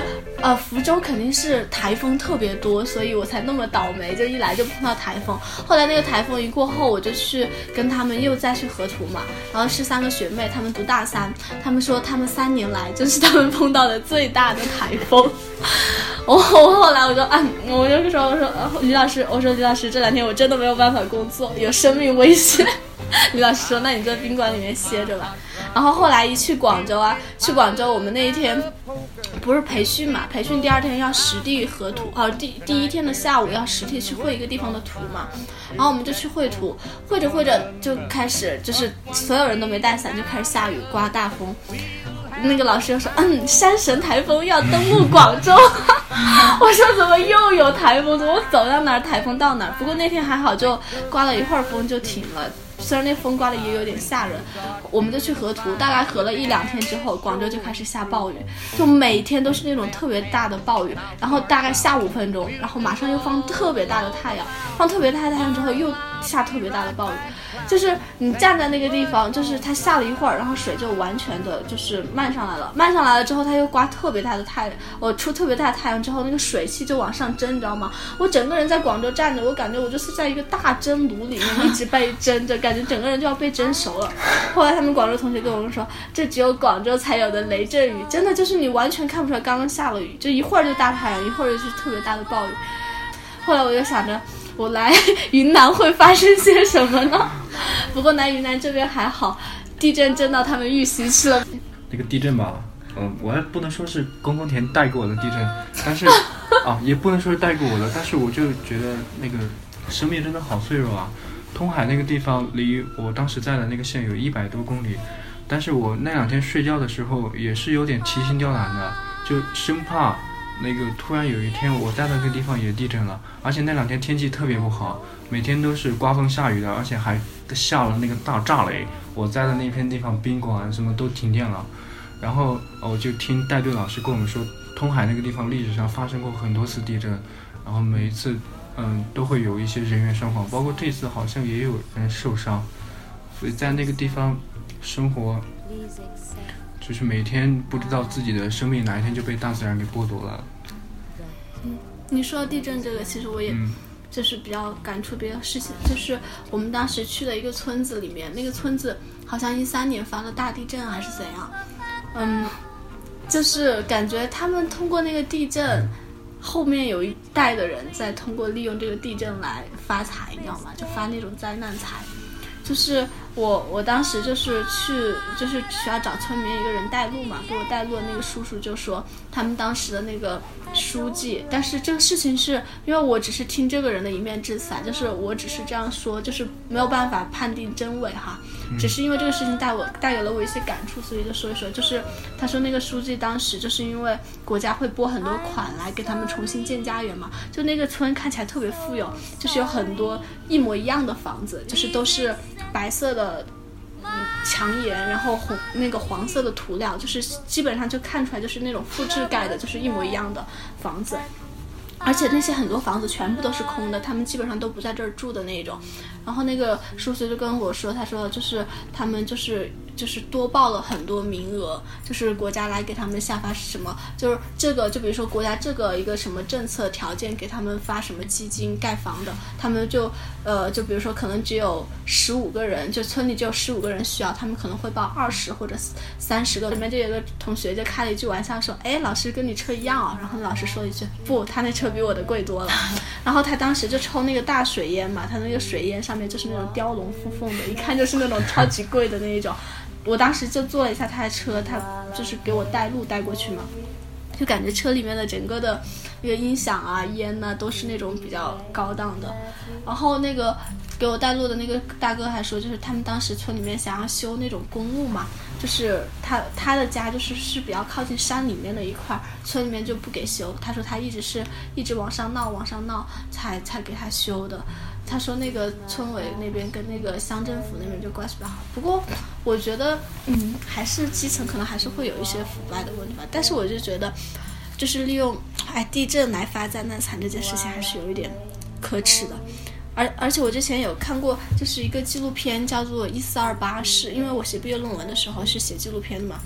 福州肯定是台风特别多，所以我才那么倒霉，就一来就碰到台风。后来那个台风一过后，我就去跟他们又再去河图嘛，然后是3个学妹，她们读大3，她们说她们3年来这是她们碰到的最大的台风。我后来我就说李老师，李老师这2天我真的没有办法工作，有生命危险。李老师说那你在宾馆里面歇着吧。然后后来一去广州去广州我们那一天不是培训嘛，培训第2天要实地合图，第一天的下午要实地去绘一个地方的图嘛，然后我们就去绘图，绘着就开始就是所有人都没带伞，就开始下雨刮大风。那个老师就说山神台风要登陆广州。我说怎么又有台风，怎么走到哪儿台风到哪儿。不过那天还好，就刮了一会儿风就停了，虽然那风刮的也有点吓人。我们就去河图，大概合了1-2天之后，广州就开始下暴雨，就每天都是那种特别大的暴雨，然后大概下5分钟，然后马上又放特别大的太阳，放特别大的太阳之后又下特别大的暴雨，就是你站在那个地方，就是它下了一会儿，然后水就完全的就是漫上来了之后，它又刮特别大的太阳，我出特别大的太阳之后，那个水汽就往上蒸，你知道吗？我整个人在广州站着，我感觉我就是在一个大蒸炉里面一直被蒸着，感觉整个人就要被蒸熟了。后来他们广州同学跟我们说，这只有广州才有的雷阵雨，真的就是你完全看不出来刚刚下了雨，就一会儿就大太阳，一会儿就是特别大的暴雨。后来我就想着我来云南会发生些什么呢？不过来云南这边还好，地震震到他们玉溪去了。 那个地震吧，我还不能说是公公田带给我的地震，但是也不能说是带给我的，但是我就觉得那个生命真的好脆弱啊。通海那个地方离我当时在的那个县有100多公里，但是我那2天睡觉的时候也是有点提心吊胆的，就生怕那个突然有一天我在那个地方也地震了，而且那2天天气特别不好，每天都是刮风下雨的，而且还下了那个大炸雷，我在的那片地方宾馆什么都停电了。然后我就听带队老师跟我们说，通海那个地方历史上发生过很多次地震，然后每一次都会有一些人员伤亡，包括这次好像也有人受伤，所以在那个地方生活就是每天不知道自己的生命哪一天就被大自然给剥夺了。 你说地震这个其实我也就是比较感触比较事情，就是我们当时去的一个村子里面，那个村子好像13年发了大地震还是怎样，就是感觉他们通过那个地震后面有一代的人在通过利用这个地震来发财，你知道吗？就发那种灾难财。就是我当时就是需要找村里面一个人带路嘛，给我带路的那个叔叔就说他们当时的那个书记，但是这个事情是因为我只是听这个人的一面之词，就是我只是这样说，就是没有办法判定真伪哈，只是因为这个事情带给了我一些感触，所以就说一说。就是他说那个书记当时就是因为国家会拨很多款来给他们重新建家园嘛，就那个村看起来特别富有，就是有很多一模一样的房子，就是都是白色的墙檐，然后那个黄色的涂料，就是基本上就看出来就是那种复制盖的，就是一模一样的房子。而且那些很多房子全部都是空的，他们基本上都不在这儿住的那种。然后那个叔叔就跟我说，他说就是他们就是多报了很多名额，就是国家来给他们下发什么，就是这个就比如说国家这个一个什么政策条件给他们发什么基金盖房的，他们就比如说可能只有15个人，就村里只有15个人需要，他们可能会报20或者30个。里面就有个同学就开了一句玩笑说，哎，老师跟你车一样啊。然后老师说一句，不，他那车比我的贵多了。然后他当时就抽那个大水烟嘛，他那个水烟上面就是那种雕龙附凤的，一看就是那种超级贵的那一种。我当时就坐了一下他的车，他就是给我带路带过去嘛，就感觉车里面的整个的那个音响啊烟啊都是那种比较高档的。然后那个给我带路的那个大哥还说，就是他们当时村里面想要修那种公路嘛，就是他的家就是比较靠近山里面的一块，村里面就不给修，他说他一直往上闹才给他修的。他说那个村委那边跟那个乡政府那边就关系比较好，不过我觉得还是基层可能还是会有一些腐败的问题吧。但是我就觉得就是利用地震来发灾难财这件事情还是有一点可耻的。而且我之前有看过就是一个纪录片叫做1428，是因为我写毕业论文的时候是写纪录片的嘛，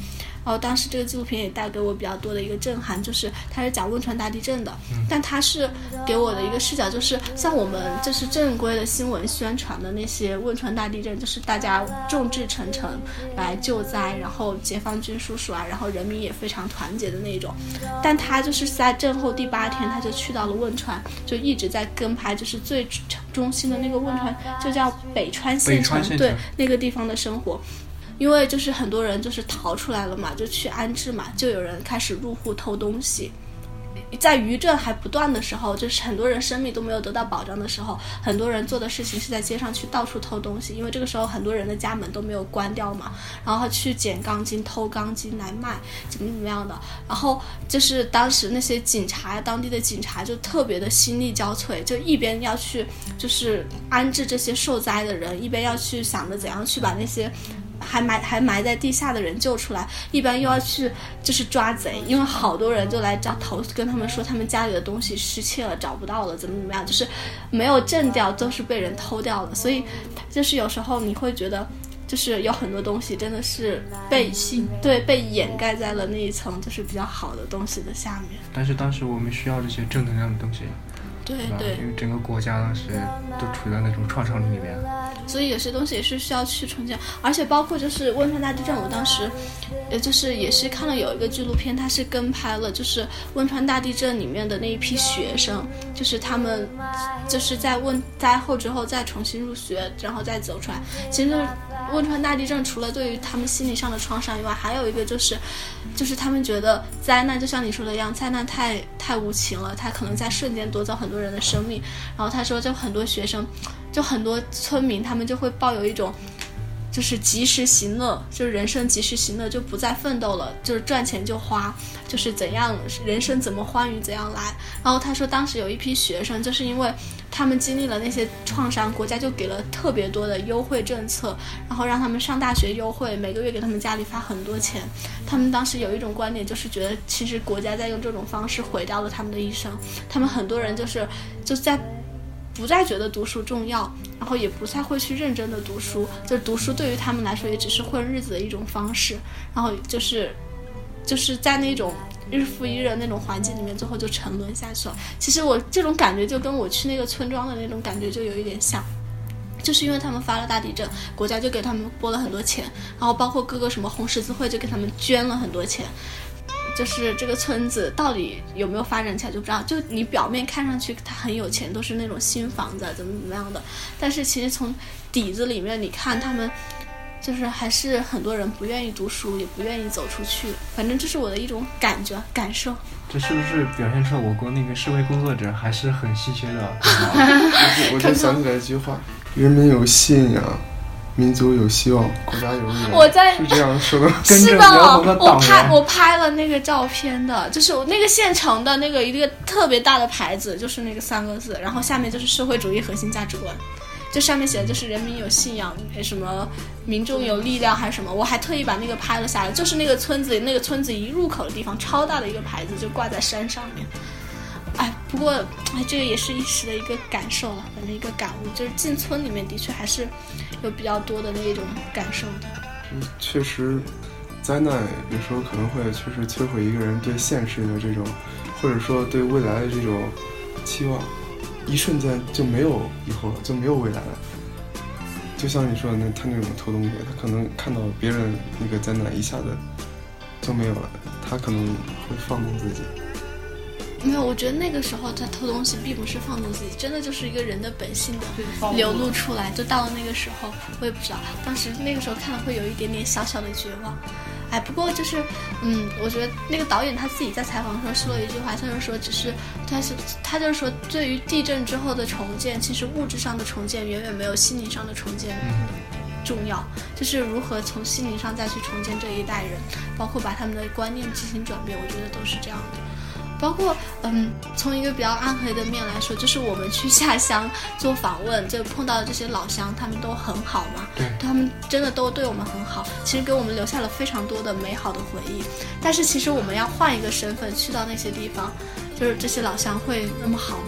然后当时这个纪录片也带给我比较多的一个震撼，就是它是讲汶川大地震的，但它是给我的一个视角就是像我们就是正规的新闻宣传的那些汶川大地震，就是大家众志成城来救灾，然后解放军叔叔啊，然后人民也非常团结的那种。但他就是在震后第8天他就去到了汶川，就一直在跟拍就是最中心的那个汶川，就叫北川县城，对，那个地方的生活。因为就是很多人就是逃出来了嘛，就去安置嘛，就有人开始入户偷东西。在余震还不断的时候，就是很多人生命都没有得到保障的时候，很多人做的事情是在街上去到处偷东西，因为这个时候很多人的家门都没有关掉嘛，然后他去捡钢筋偷钢筋来卖，怎么样的。然后就是当时那些警察，当地的警察就特别的心力交瘁，就一边要去就是安置这些受灾的人，一边要去想着怎样去把那些还埋在地下的人救出来，一般又要去就是抓贼，因为好多人就来投诉，跟他们说他们家里的东西失窃了，找不到了，怎么样，就是没有震掉，都是被人偷掉了。所以就是有时候你会觉得就是有很多东西真的是被掩盖在了那一层就是比较好的东西的下面。 但是当时我们需要这些正能量的东西， 对， 因为整个国家当时都处在那种创伤里面， 所以有些东西也是需要去重建。而且包括就是汶川大地震，我当时就是也是看了有一个纪录片，它是跟拍了就是汶川大地震里面的那一批学生，就是他们就是在灾后之后再重新入学，然后再走出来。其实汶川大地震除了对于他们心理上的创伤以外，还有一个就是他们觉得灾难就像你说的一样，灾难太无情了，它可能在瞬间夺走很多人的生命。然后他说就很多学生就很多村民他们就会抱有一种就是及时行乐，就是人生及时行乐，就不再奋斗了，就是赚钱就花，就是怎样人生怎么欢愉怎样来。然后他说当时有一批学生就是因为他们经历了那些创伤，国家就给了特别多的优惠政策，然后让他们上大学优惠，每个月给他们家里发很多钱。他们当时有一种观点，就是觉得其实国家在用这种方式毁掉了他们的一生。他们很多人就在不再觉得读书重要，然后也不再会去认真的读书，就是读书对于他们来说也只是混日子的一种方式。然后就是在那种日复一日的那种环境里面，最后就沉沦下去了。其实我这种感觉就跟我去那个村庄的那种感觉就有一点像，就是因为他们发了大地震，国家就给他们拨了很多钱，然后包括各个什么红十字会就给他们捐了很多钱。就是这个村子到底有没有发展起来就不知道，就你表面看上去他很有钱，都是那种新房子怎么样的，但是其实从底子里面你看他们就是还是很多人不愿意读书，也不愿意走出去。反正这是我的一种感受。 这是不是表现出我国那个社会工作者还是很稀缺的？ 我就想起来一句话：人民有信仰，民族有希望，国家有未来。 我在是这样说的。 是的，我拍了那个照片的，就是我那个县城的那个一个特别大的牌子，就是那个3个字，然后下面就是社会主义核心价值观，就上面写的就是人民有信仰，什么民众有力量还是什么。我还特意把那个拍了下来，就是那个村子一入口的地方，超大的一个牌子就挂在山上面。不过这个也是一时的一个感受了，反正一个感悟，就是进村里面的确还是有比较多的那种感受的。 确实灾难有时候可能会确实摧毁一个人对现实的这种，或者说对未来的这种期望，一瞬间就没有以后了，就没有未来了。就像你说的他那种偷东西，他可能看到别人那个灾难一下子就没有了，他可能会放纵自己。 没有，我觉得那个时候他偷东西并不是放纵自己，真的就是一个人的本性的流露出来。就到了那个时候，我也不知道，当时那个时候看了会有一点点小小的绝望。不过就是我觉得那个导演他自己在采访的时候说了一句话，他就说他就是说对于地震之后的重建，其实物质上的重建远远没有心理上的重建重要，就是如何从心理上再去重建这一代人，包括把他们的观念进行转变，我觉得都是这样的。包括从一个比较暗黑的面来说，就是我们去下乡做访问，就碰到的这些老乡，他们都很好嘛，对，他们真的都对我们很好，其实给我们留下了非常多的美好的回忆。但是其实我们要换一个身份去到那些地方，就是这些老乡会那么好吗？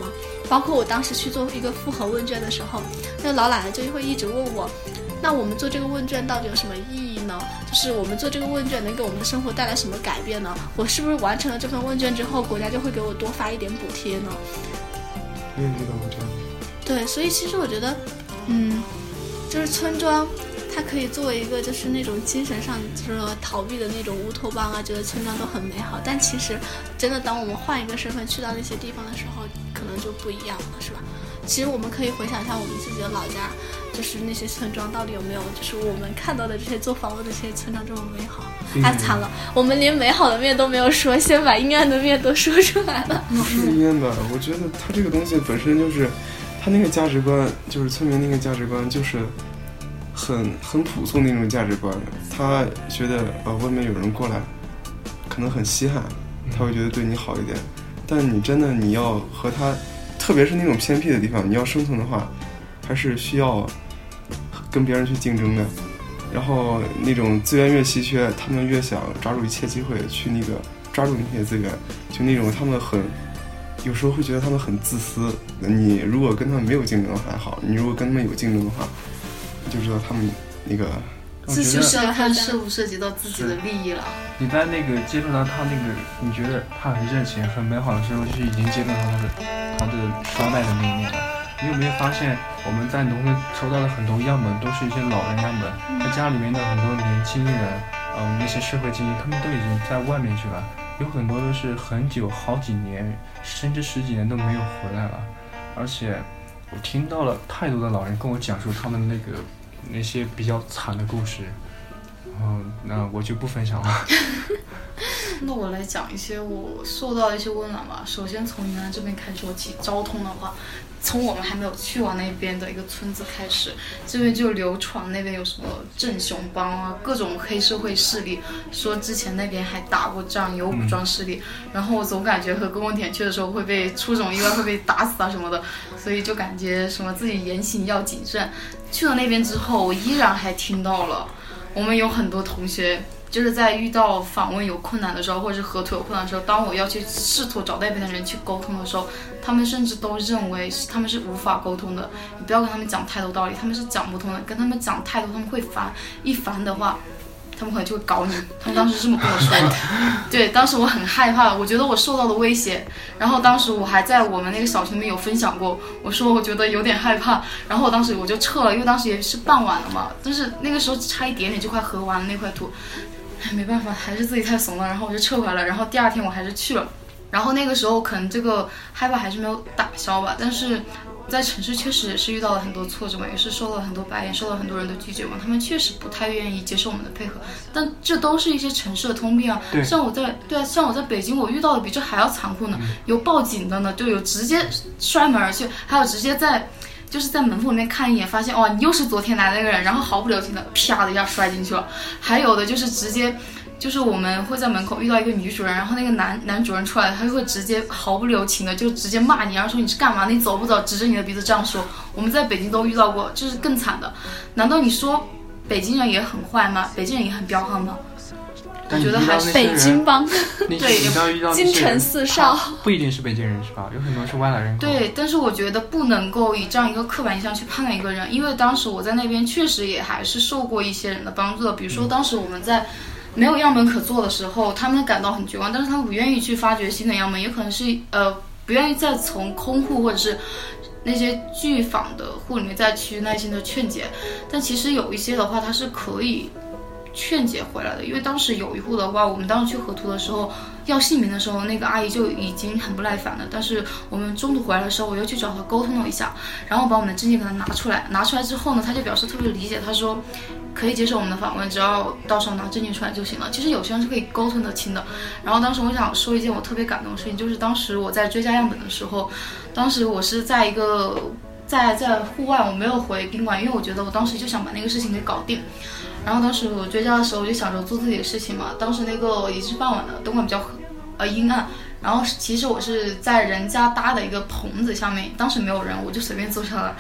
包括我当时去做一个复核问卷的时候，那个老奶奶就会一直问我，那我们做这个问卷到底有什么意义呢？就是我们做这个问卷能给我们的生活带来什么改变呢？我是不是完成了这份问卷之后，国家就会给我多发一点补贴呢？ 我也遇到过这样。 对，所以其实我觉得，就是村庄，它可以作为一个就是那种精神上就是逃避的那种乌托邦啊，觉得村庄都很美好。但其实，真的当我们换一个身份去到那些地方的时候，可能就不一样了，是吧？其实我们可以回想一下我们自己的老家，就是那些村庄到底有没有就是我们看到的这些做访问的这些村庄这么美好？太惨了，我们连美好的面都没有说，先把阴暗的面都说出来了。 是阴暗的，我觉得它这个东西本身就是，它那个价值观，就是村民那个价值观，就是很朴素那种价值观。他觉得外面有人过来，可能很稀罕，他会觉得对你好一点。但你真的你要和他，特别是那种偏僻的地方，你要生存的话，还是需要跟别人去竞争的。然后那种资源越稀缺，他们越想抓住一切机会去那个抓住那些资源，就那种他们有时候会觉得他们很自私。你如果跟他们没有竞争还好，你如果跟他们有竞争的话，你就知道他们那个就是要看涉不涉及到自己的利益了。 你在那个接触到他那个你觉得他很热情很美好的时候，就是已经接触到他的双待的那一面了。你有没有发现我们在农村收到的很多样本都是一些老人样本，他家里面的很多年轻人那些社会精英他们都已经在外面去了，有很多都是很久好几年甚至10几年都没有回来了。而且我听到了太多的老人跟我讲述他们那些比较惨的故事，那我就不分享了。 那我来讲一些我受到的一些温暖吧。首先从云南这边开始说起，交通的话，从我们还没有去往那边的一个村子开始，这边就流传那边有什么镇雄帮啊，各种黑社会势力，说之前那边还打过仗，有武装势力。然后我总感觉和公共点去的时候会被出种意外，会被打死啊什么的，所以就感觉什么自己言行要谨慎。去了那边之后，我依然还听到了我们有很多同学就是在遇到访问有困难的时候，或者是河图有困难的时候，当我要去试图找那边的人去沟通的时候，他们甚至都认为他们是无法沟通的。你不要跟他们讲太多道理，他们是讲不通的。跟他们讲太多，他们会烦，一烦的话，他们可能就会搞你。他们当时是这么跟我说的。对，当时我很害怕，我觉得我受到了威胁。然后当时我还在我们那个小群里面有分享过，我说我觉得有点害怕。然后我当时我就撤了，因为当时也是傍晚了嘛，但是那个时候只差一点点就快合完了那块土。没办法，还是自己太怂了，然后我就撤回来了。然后第二天我还是去了，然后那个时候可能这个害怕还是没有打消吧，但是在城市确实也是遇到了很多挫折嘛，也是受了很多白眼，受了很多人的拒绝嘛，他们确实不太愿意接受我们的配合，但这都是一些城市的通病啊。像我在北京，我遇到的比这还要残酷呢，有报警的呢，就有直接摔门而去，还有直接就是在门缝里面看一眼，发现哇，你又是昨天来的那个人，然后毫不留情的啪的一下摔进去了。还有的就是直接，就是我们会在门口遇到一个女主人，然后那个男主人出来，他就会直接毫不留情的就直接骂你，然后说你是干嘛，你走不走，指着你的鼻子这样说。我们在北京都遇到过，这是更惨的。难道你说北京人也很坏吗？北京人也很彪悍吗？我觉得还是北京帮， 对， 京城四少， 不一定是北京人是吧？有很多是外来人口。 对，但是我觉得不能够以这样一个刻板印象去判断一个人，因为当时我在那边确实也还是受过一些人的帮助的。比如说当时我们在没有样本可做的时候，他们感到很绝望，但是他们不愿意去发掘新的样本，也可能是不愿意再从空户或者是那些拒访的户里面再去耐心的劝解。但其实有一些的话，它是可以劝解回来的，因为当时有一户的话，我们当时去河图的时候要姓名的时候，那个阿姨就已经很不耐烦了，但是我们中途回来的时候，我又去找她沟通了一下，然后把我们的证件给她拿出来之后呢，她就表示特别理解，她说可以接受我们的访问，只要到时候拿证件出来就行了。其实有些人是可以沟通得清的。然后当时我想说一件我特别感动的事情，就是当时我在追加样本的时候，当时我是在一个在户外，我没有回宾馆，因为我觉得我当时就想把那个事情给搞定。然后当时我追加的时候，我就想着做自己的事情嘛。当时那个已经是傍晚了，灯光比较阴暗。然后其实我是在人家搭的一个棚子下面，当时没有人，我就随便坐下来。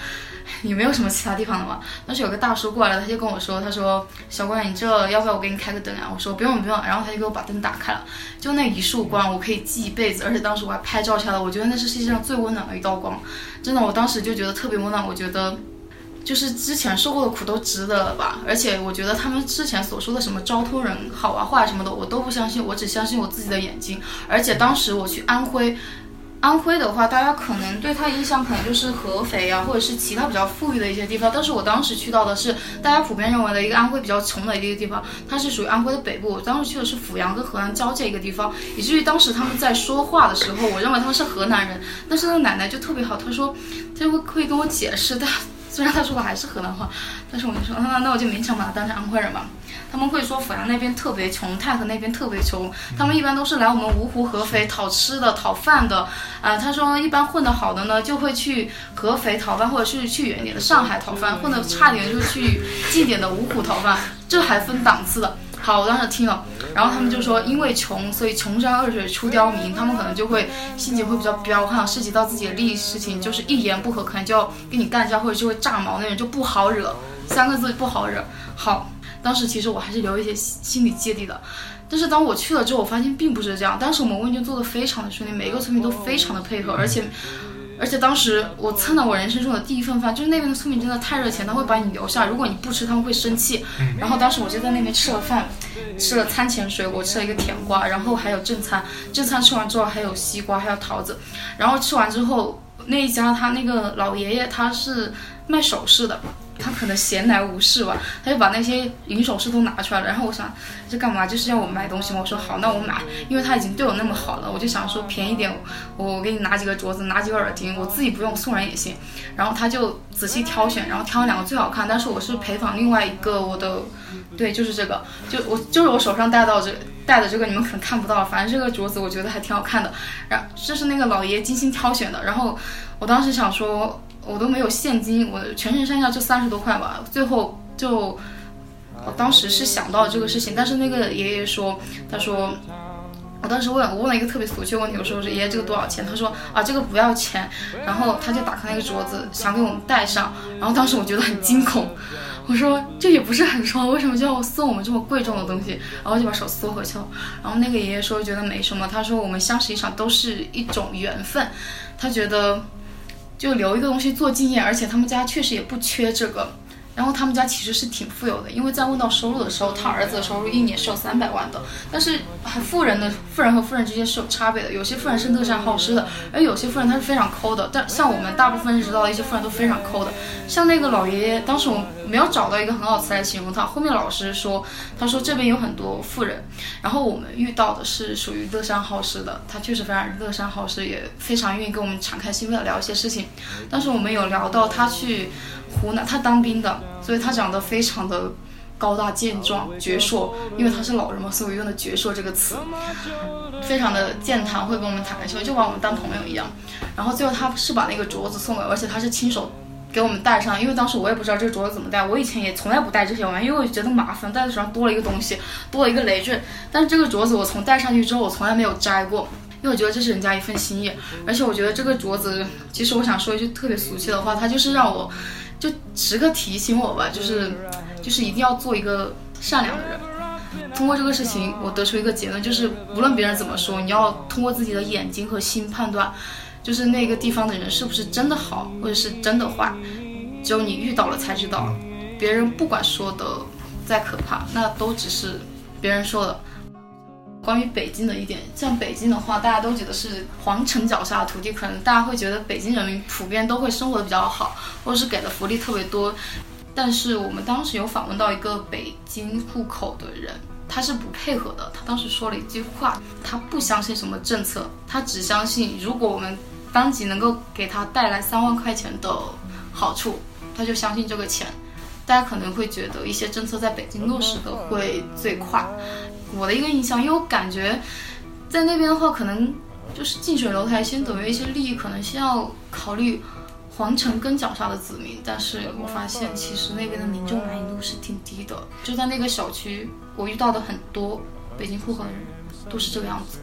也没有什么其他地方的嘛。当时有个大叔过来了，他就跟我说，他说小姑娘你这要不要我给你开个灯啊？我说不用不用，然后他就给我把灯打开了，就那一束光我可以记一辈子，而且当时我还拍照下来，我觉得那是世界上最温暖的一道光，真的，我当时就觉得特别温暖，我觉得就是之前受过的苦都值得了吧。而且我觉得他们之前所说的什么招托人好啊坏什么的我都不相信，我只相信我自己的眼睛。而且当时我去安徽的话，大家可能对它印象可能就是合肥啊，或者是其他比较富裕的一些地方。但是我当时去到的是大家普遍认为的一个安徽比较穷的一个地方，它是属于安徽的北部。我当时去的是阜阳跟河南交界一个地方，以至于当时他们在说话的时候，我认为他们是河南人。但是那个奶奶就特别好，她说她会跟我解释的。虽然他说的还是河南话，但是我就说那我就勉强把他当成安徽人吧。他们会说阜阳那边特别穷，太和那边特别穷，他们一般都是来我们芜湖合肥讨吃的讨饭的。他说一般混得好的呢就会去合肥讨饭，或者是去远一点的上海讨饭，混得差点就去近点的芜湖讨饭，这还分档次的。好，我当时听了，然后他们就说因为穷，所以穷山恶水出刁民，他们可能就会心情会比较彪悍，涉及到自己的利益事情，就是一言不合可能就要跟你干架，或者就会炸毛那种，就不好惹，3个字不好惹。好，当时其实我还是留一些心理芥蒂的，但是当我去了之后，我发现并不是这样。当时我们问卷做得非常的顺利，每一个村民都非常的配合，而且当时我蹭到我人生中的第一份饭，就是那边的村民真的太热情，他会把你留下，如果你不吃他们会生气。然后当时我就在那边吃了饭，吃了餐前水果，吃了一个甜瓜，然后还有正餐吃完之后还有西瓜还有桃子。然后吃完之后，那一家他那个老爷爷他是卖首饰的，他可能闲来无事吧，他就把那些银首饰都拿出来了。然后我想这干嘛，就是要我买东西吗？我说好，那我买，因为他已经对我那么好了，我就想说便宜点，我给你拿几个镯子，拿几个耳钉，我自己不用送人也行。然后他就仔细挑选，然后挑了2个最好看，但是我是陪访另外一个我的，对，就是这个，就是我手上戴的这个，你们可能看不到，反正这个镯子我觉得还挺好看的。然后这是那个老爷精心挑选的，然后我当时想说我都没有现金，我全身上下就30多块吧，最后就我当时是想到这个事情，但是那个爷爷说，他说我当时我问了一个特别俗气的问题，我说爷爷这个多少钱？他说这个不要钱，然后他就打开那个镯子想给我们戴上，然后当时我觉得很惊恐，我说这也不是很重，为什么就要送我们这么贵重的东西？然后就把手缩回去了。然后那个爷爷说觉得没什么，他说我们相识一场都是一种缘分，他觉得就留一个东西做纪念，而且他们家确实也不缺这个。然后他们家其实是挺富有的，因为在问到收入的时候，他儿子的收入1年是有300万的。但是富人和富人之间是有差别的，有些富人是乐善好施的，而有些富人他是非常抠的。但像我们大部分认识到的一些富人都非常抠的。像那个老爷爷，当时我没有找到一个很好的词来形容他。后面老师说，他说这边有很多富人，然后我们遇到的是属于乐善好施的，他确实非常乐善好施，也非常愿意跟我们敞开心扉的聊一些事情。但是我们有聊到他去湖南，他当兵的，所以他长得非常的高大健壮矍铄，因为他是老人嘛，所以我用的矍铄这个词，非常的健谈，会跟我们坦开心扉，就把我们当朋友一样。然后最后他是把那个镯子送给我，而且他是亲手给我们戴上，因为当时我也不知道这个镯子怎么戴，我以前也从来不戴这些玩意，因为我觉得麻烦，戴在手上多了一个东西，多了一个累赘。但是这个镯子我从戴上去之后，我从来没有摘过，因为我觉得这是人家一份心意。而且我觉得这个镯子，其实我想说一句特别俗气的话，它就是让我就时刻提醒我吧，就是一定要做一个善良的人。通过这个事情，我得出一个结论，就是无论别人怎么说，你要通过自己的眼睛和心判断，就是那个地方的人是不是真的好，或者是真的坏，只有你遇到了才知道。别人不管说的再可怕，那都只是别人说的。关于北京的一点，像北京的话，大家都觉得是皇城脚下的土地，可能大家会觉得北京人民普遍都会生活的比较好，或者是给的福利特别多。但是我们当时有访问到一个北京户口的人，他是不配合的。他当时说了一句话，他不相信什么政策，他只相信如果我们当即能够给他带来3万块钱的好处，他就相信这个钱。大家可能会觉得一些政策在北京落实的会最快。我的一个印象，因为我感觉在那边的话，可能就是近水楼台先得月，一些利益可能先要考虑皇城根脚下的子民。但是我发现其实那边的民众满意度是挺低的，就在那个小区我遇到的很多北京户口的人都是这个样子。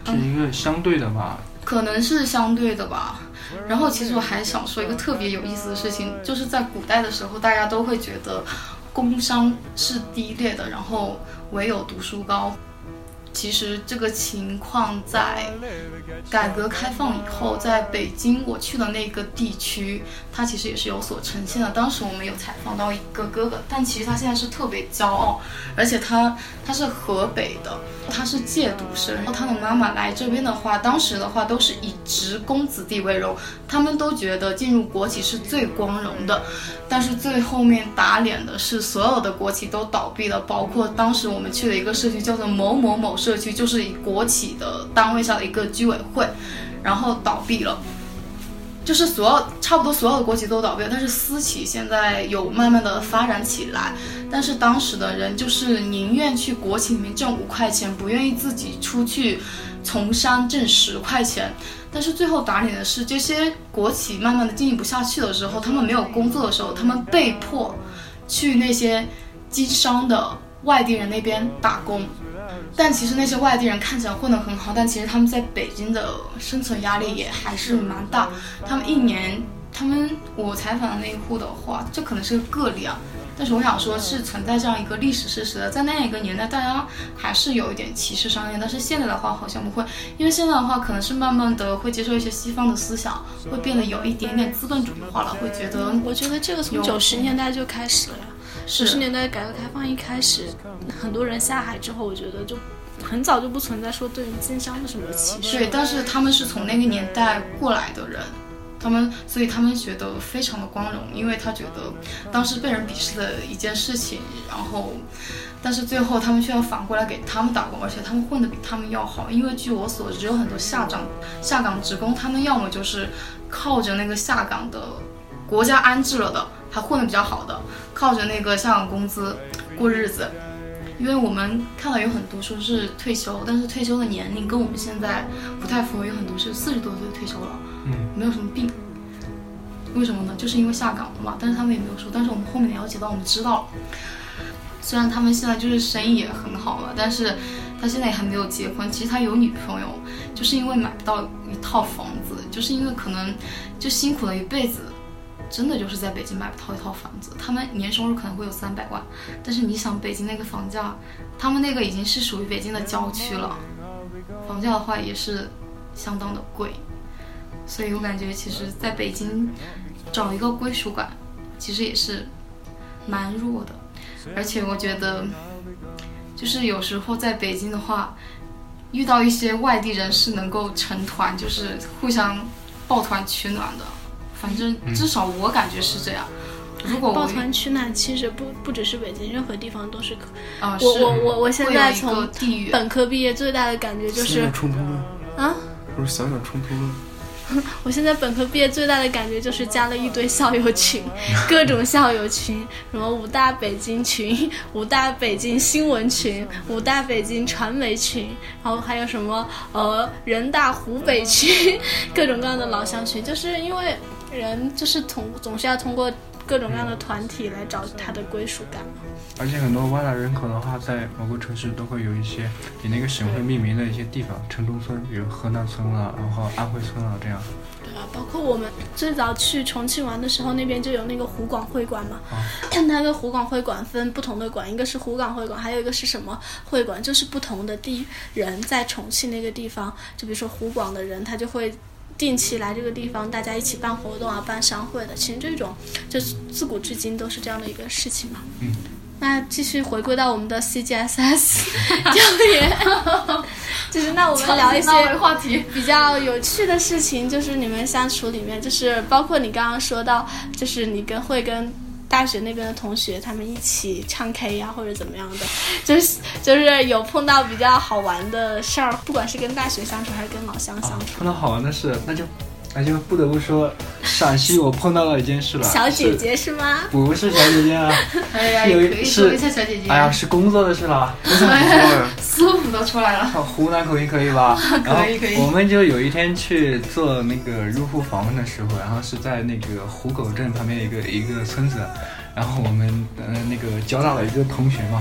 是一个相对的吧？ 可能是相对的吧。然后其实我还想说一个特别有意思的事情，就是在古代的时候，大家都会觉得工商是低劣的，然后唯有读书高。其实这个情况在改革开放以后，在北京我去的那个地区，它其实也是有所呈现的。当时我们有采访到一个哥哥，但其实他现在是特别骄傲，而且他是河北的，他是借读生。然后他的妈妈来这边的话，当时的话都是以职工子弟为荣，他们都觉得进入国企是最光荣的。但是最后面打脸的是，所有的国企都倒闭了，包括当时我们去的一个社区叫做某某某社区，就是以国企的单位下的一个居委会，然后倒闭了。就是差不多所有的国企都倒闭了，但是私企现在有慢慢的发展起来。但是当时的人就是宁愿去国企里面挣5块钱，不愿意自己出去从商挣10块钱。但是最后打脸的是，这些国企慢慢的经营不下去的时候，他们没有工作的时候，他们被迫去那些经商的外地人那边打工。但其实那些外地人看起来混得很好，但其实他们在北京的生存压力也还是蛮大。他们一年，我采访的那一户的话，这可能是个个例啊，但是我想说是存在这样一个历史事实的。在那一个年代，大家还是有一点歧视商业，但是现在的话好像不会，因为现在的话可能是慢慢的会接受一些西方的思想，会变得有一点点资本主义化了，会觉得。 我觉得这个从90年代就开始了呀。90年代改革开放一开始，很多人下海之后，我觉得就很早就不存在说对于经商的什么歧视。 对，但是他们是从那个年代过来的人，所以他们觉得非常的光荣，因为他觉得当时被人鄙视的一件事情，然后但是最后他们却要反过来给他们打工，而且他们混得比他们要好。因为据我所知，有很多下岗职工，他们要么就是靠着那个下岗的国家安置了的，还混得比较好的，靠着那个下岗工资过日子。因为我们看到有很多说是退休，但是退休的年龄跟我们现在不太符合，有很多是40多岁退休了，没有什么病。为什么呢？就是因为下岗了嘛。但是他们也没有说，但是我们后面了解到，我们知道了。虽然他们现在就是生意也很好了，但是他现在也还没有结婚。其实他有女朋友，就是因为买不到一套房子，就是因为可能就辛苦了一辈子。真的就是在北京买不到一套房子，他们年收入可能会有300万，但是你想北京那个房价，他们那个已经是属于北京的郊区了，房价的话也是相当的贵，所以我感觉其实在北京找一个归属感其实也是蛮弱的。而且我觉得就是有时候在北京的话，遇到一些外地人是能够成团，就是互相抱团取暖的，反正至少我感觉是这样。如果抱团取暖，其实不只是北京，任何地方都是可。我现在从本科毕业最大的感觉就是小冲突论啊， 不是小冲突论。 我现在本科毕业最大的感觉就是加了一堆校友群，各种校友群，什么5大北京群、5大北京新闻群、5大北京传媒群，然后还有什么人大湖北群，各种各样的老乡群，就是因为人就是总是要通过各种各样的团体来找他的归属感嘛。 而且很多外来人口的话，在某个城市都会有一些以那个省会命名的一些地方，城中村，比如河南村了，然后安徽村了这样。 对啊，包括我们最早去重庆玩的时候，那边就有那个湖广会馆嘛。它的湖广会馆分不同的馆，一个是湖广会馆，还有一个是什么会馆，就是不同的人在重庆那个地方，就比如说湖广的人，他就会定期来这个地方，大家一起办活动啊，办商会的。其实这种就是自古至今都是这样的一个事情嘛。那继续回归到我们的 CGSS 教研，就是那我们聊一些话题比较有趣的事情，就是你们相处里面，就是包括你刚刚说到，就是你会跟大学那边的同学他们一起唱 K 啊，或者怎么样的，就是有碰到比较好玩的事儿，不管是跟大学相处还是跟老乡相处。 碰到好玩的事，那就不得不说陕西我碰到了一件事了。 小姐姐是吗？ 不是小姐姐啊， 哎呀，也可以说一下小姐姐。 哎呀，是工作的事了。 舒服都出来了。 湖南口音可以吧？ 可以。 我们就有一天去做那个入户访问的时候，然后是在那个湖口镇旁边一个村子，然后我们那个交大的一个同学嘛，然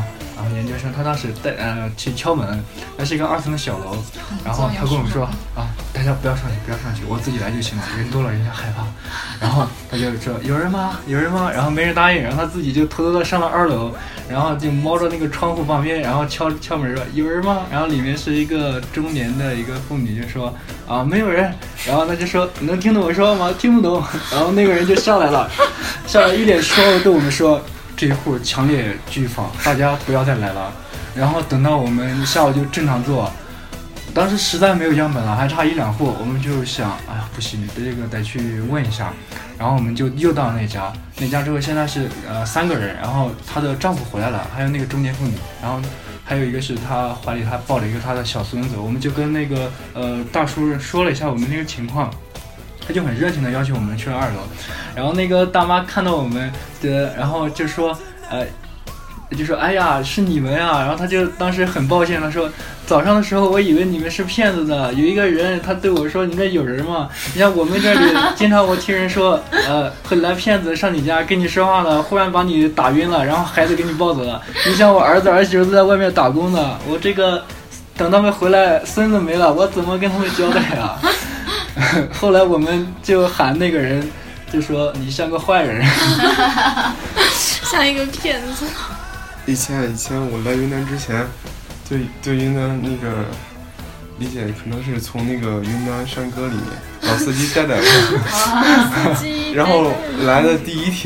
后研究生，他当时去敲门，那是一个2层的小楼，然后他跟我们说啊，大家不要上去，不要上去，我自己来就行了，人多了人家害怕。然后他就说有人吗？有人吗？然后没人答应，然后他自己就偷偷的上了2楼，然后就猫着那个窗户旁边，然后敲门说有人吗？然后里面是一个中年的一个妇女就说啊没有人，然后他就说能听懂我说吗？听不懂。然后那个人就上来了，一脸失望对我们说这一户强烈拒访，大家不要再来了。然后等到我们下午就正常做，当时实在没有样本了，还差1-2户，我们就想哎呀不行，这个得去问一下。然后我们就又到那家之后，现在是3个人，然后她的丈夫回来了，还有那个中年妇女，然后还有一个是她怀里还抱了一个她的小孙子。我们就跟那个大叔说了一下我们那个情况，他就很热情的邀请我们去了2楼。然后那个大妈看到我们的，然后就说哎呀是你们呀。然后他就当时很抱歉，他说早上的时候我以为你们是骗子的，有一个人他对我说你这有人吗？你像我们这里经常我听人说会来骗子上你家跟你说话了，忽然把你打晕了，然后孩子给你抱走了。你像我儿子儿媳妇都在外面打工的，我这个等他们回来孙子没了，我怎么跟他们交代啊？后来我们就喊那个人就说你像个坏人。 像一个骗子。 以前我来云南之前，对云南那个理解可能是从那个云南山歌里面老司机带我，然后来的第一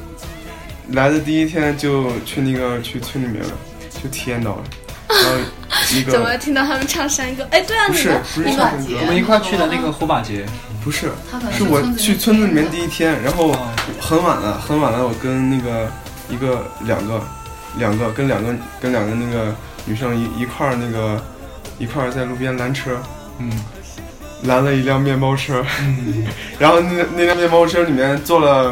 天就去村里面了，就体验到了。然后怎么听到他们唱山歌？哎，对啊， 不是唱山歌， 我们一块去的那个火把节。 不是，是我去村子里面第一天，然后很晚了，我跟那个两个跟两个那个女生一块儿在路边拦车，拦了一辆面包车，然后那辆面包车里面坐了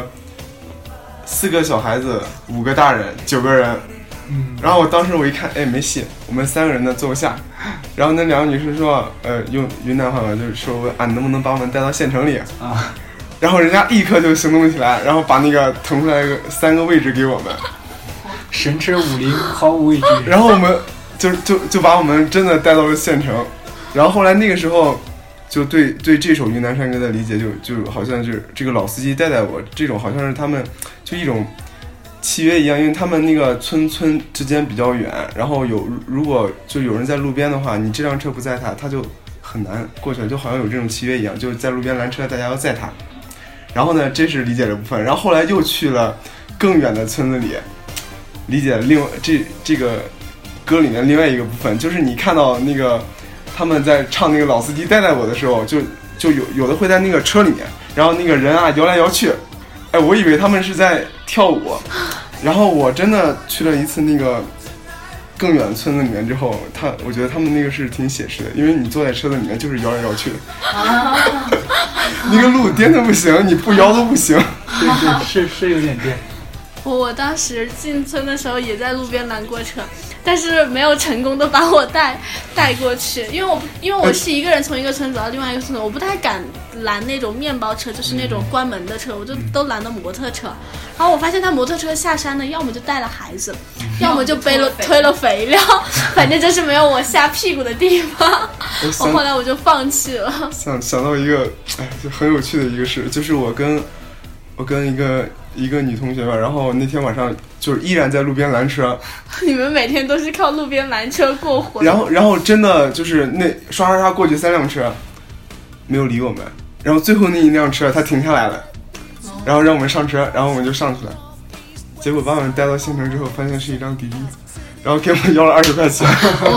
4个小孩子，5个大人，9个人。然后当时我一看，哎，没戏，我们3个人呢坐不下。然后那2个女生说，用云南话就是说，你能不能把我们带到县城里啊？然后人家立刻就行动起来，然后把那个腾出来3个位置给我们， 神车武林，毫无畏惧。 然后我们就把我们真的带到了县城。然后后来那个时候，就对这首云南山歌的理解就好像是这个老司机带我，这种好像是他们就一种契约一样，因为他们那个村之间比较远，然后如果就有人在路边的话，你这辆车不载他就很难过去了，就好像有这种契约一样，就是在路边拦车，大家要载他。然后呢，这是理解的部分。然后后来又去了更远的村子里，理解这个歌里面另外一个部分，就是你看到那个他们在唱那个老司机带我的时候，就有的会在那个车里面，然后那个人啊摇来摇去，哎，我以为他们是在跳舞。然后我真的去了一次那个更远的村子里面之后，我觉得他们那个是挺写实的，因为你坐在车子里面就是摇来摇去的，那个路颠的不行，你不摇都不行。 对，是有点颠。 我当时进村的时候也在路边拦过车，但是没有成功的把我带过去，因为我是一个人从一个村走到另外一个村子，我不太敢拦那种面包车，就是那种关门的车，我就都拦的摩托车。然后我发现他摩托车下山呢，要么就带了孩子，要么就推了肥料，反正就是没有我下屁股的地方。我后来我就放弃了。 想到一个就很有趣的一个事，就是我跟一个女同学吧，然后那天晚上就是依然在路边拦车。 你们每天都是靠路边拦车过活。 然后真的就是那刷过去3辆车，没有理我们。然后最后那一辆车他停下来了，然后让我们上车，然后我们就上去了。结果把我们带到县城之后，发现是一张滴滴，然后给我们要了20块钱。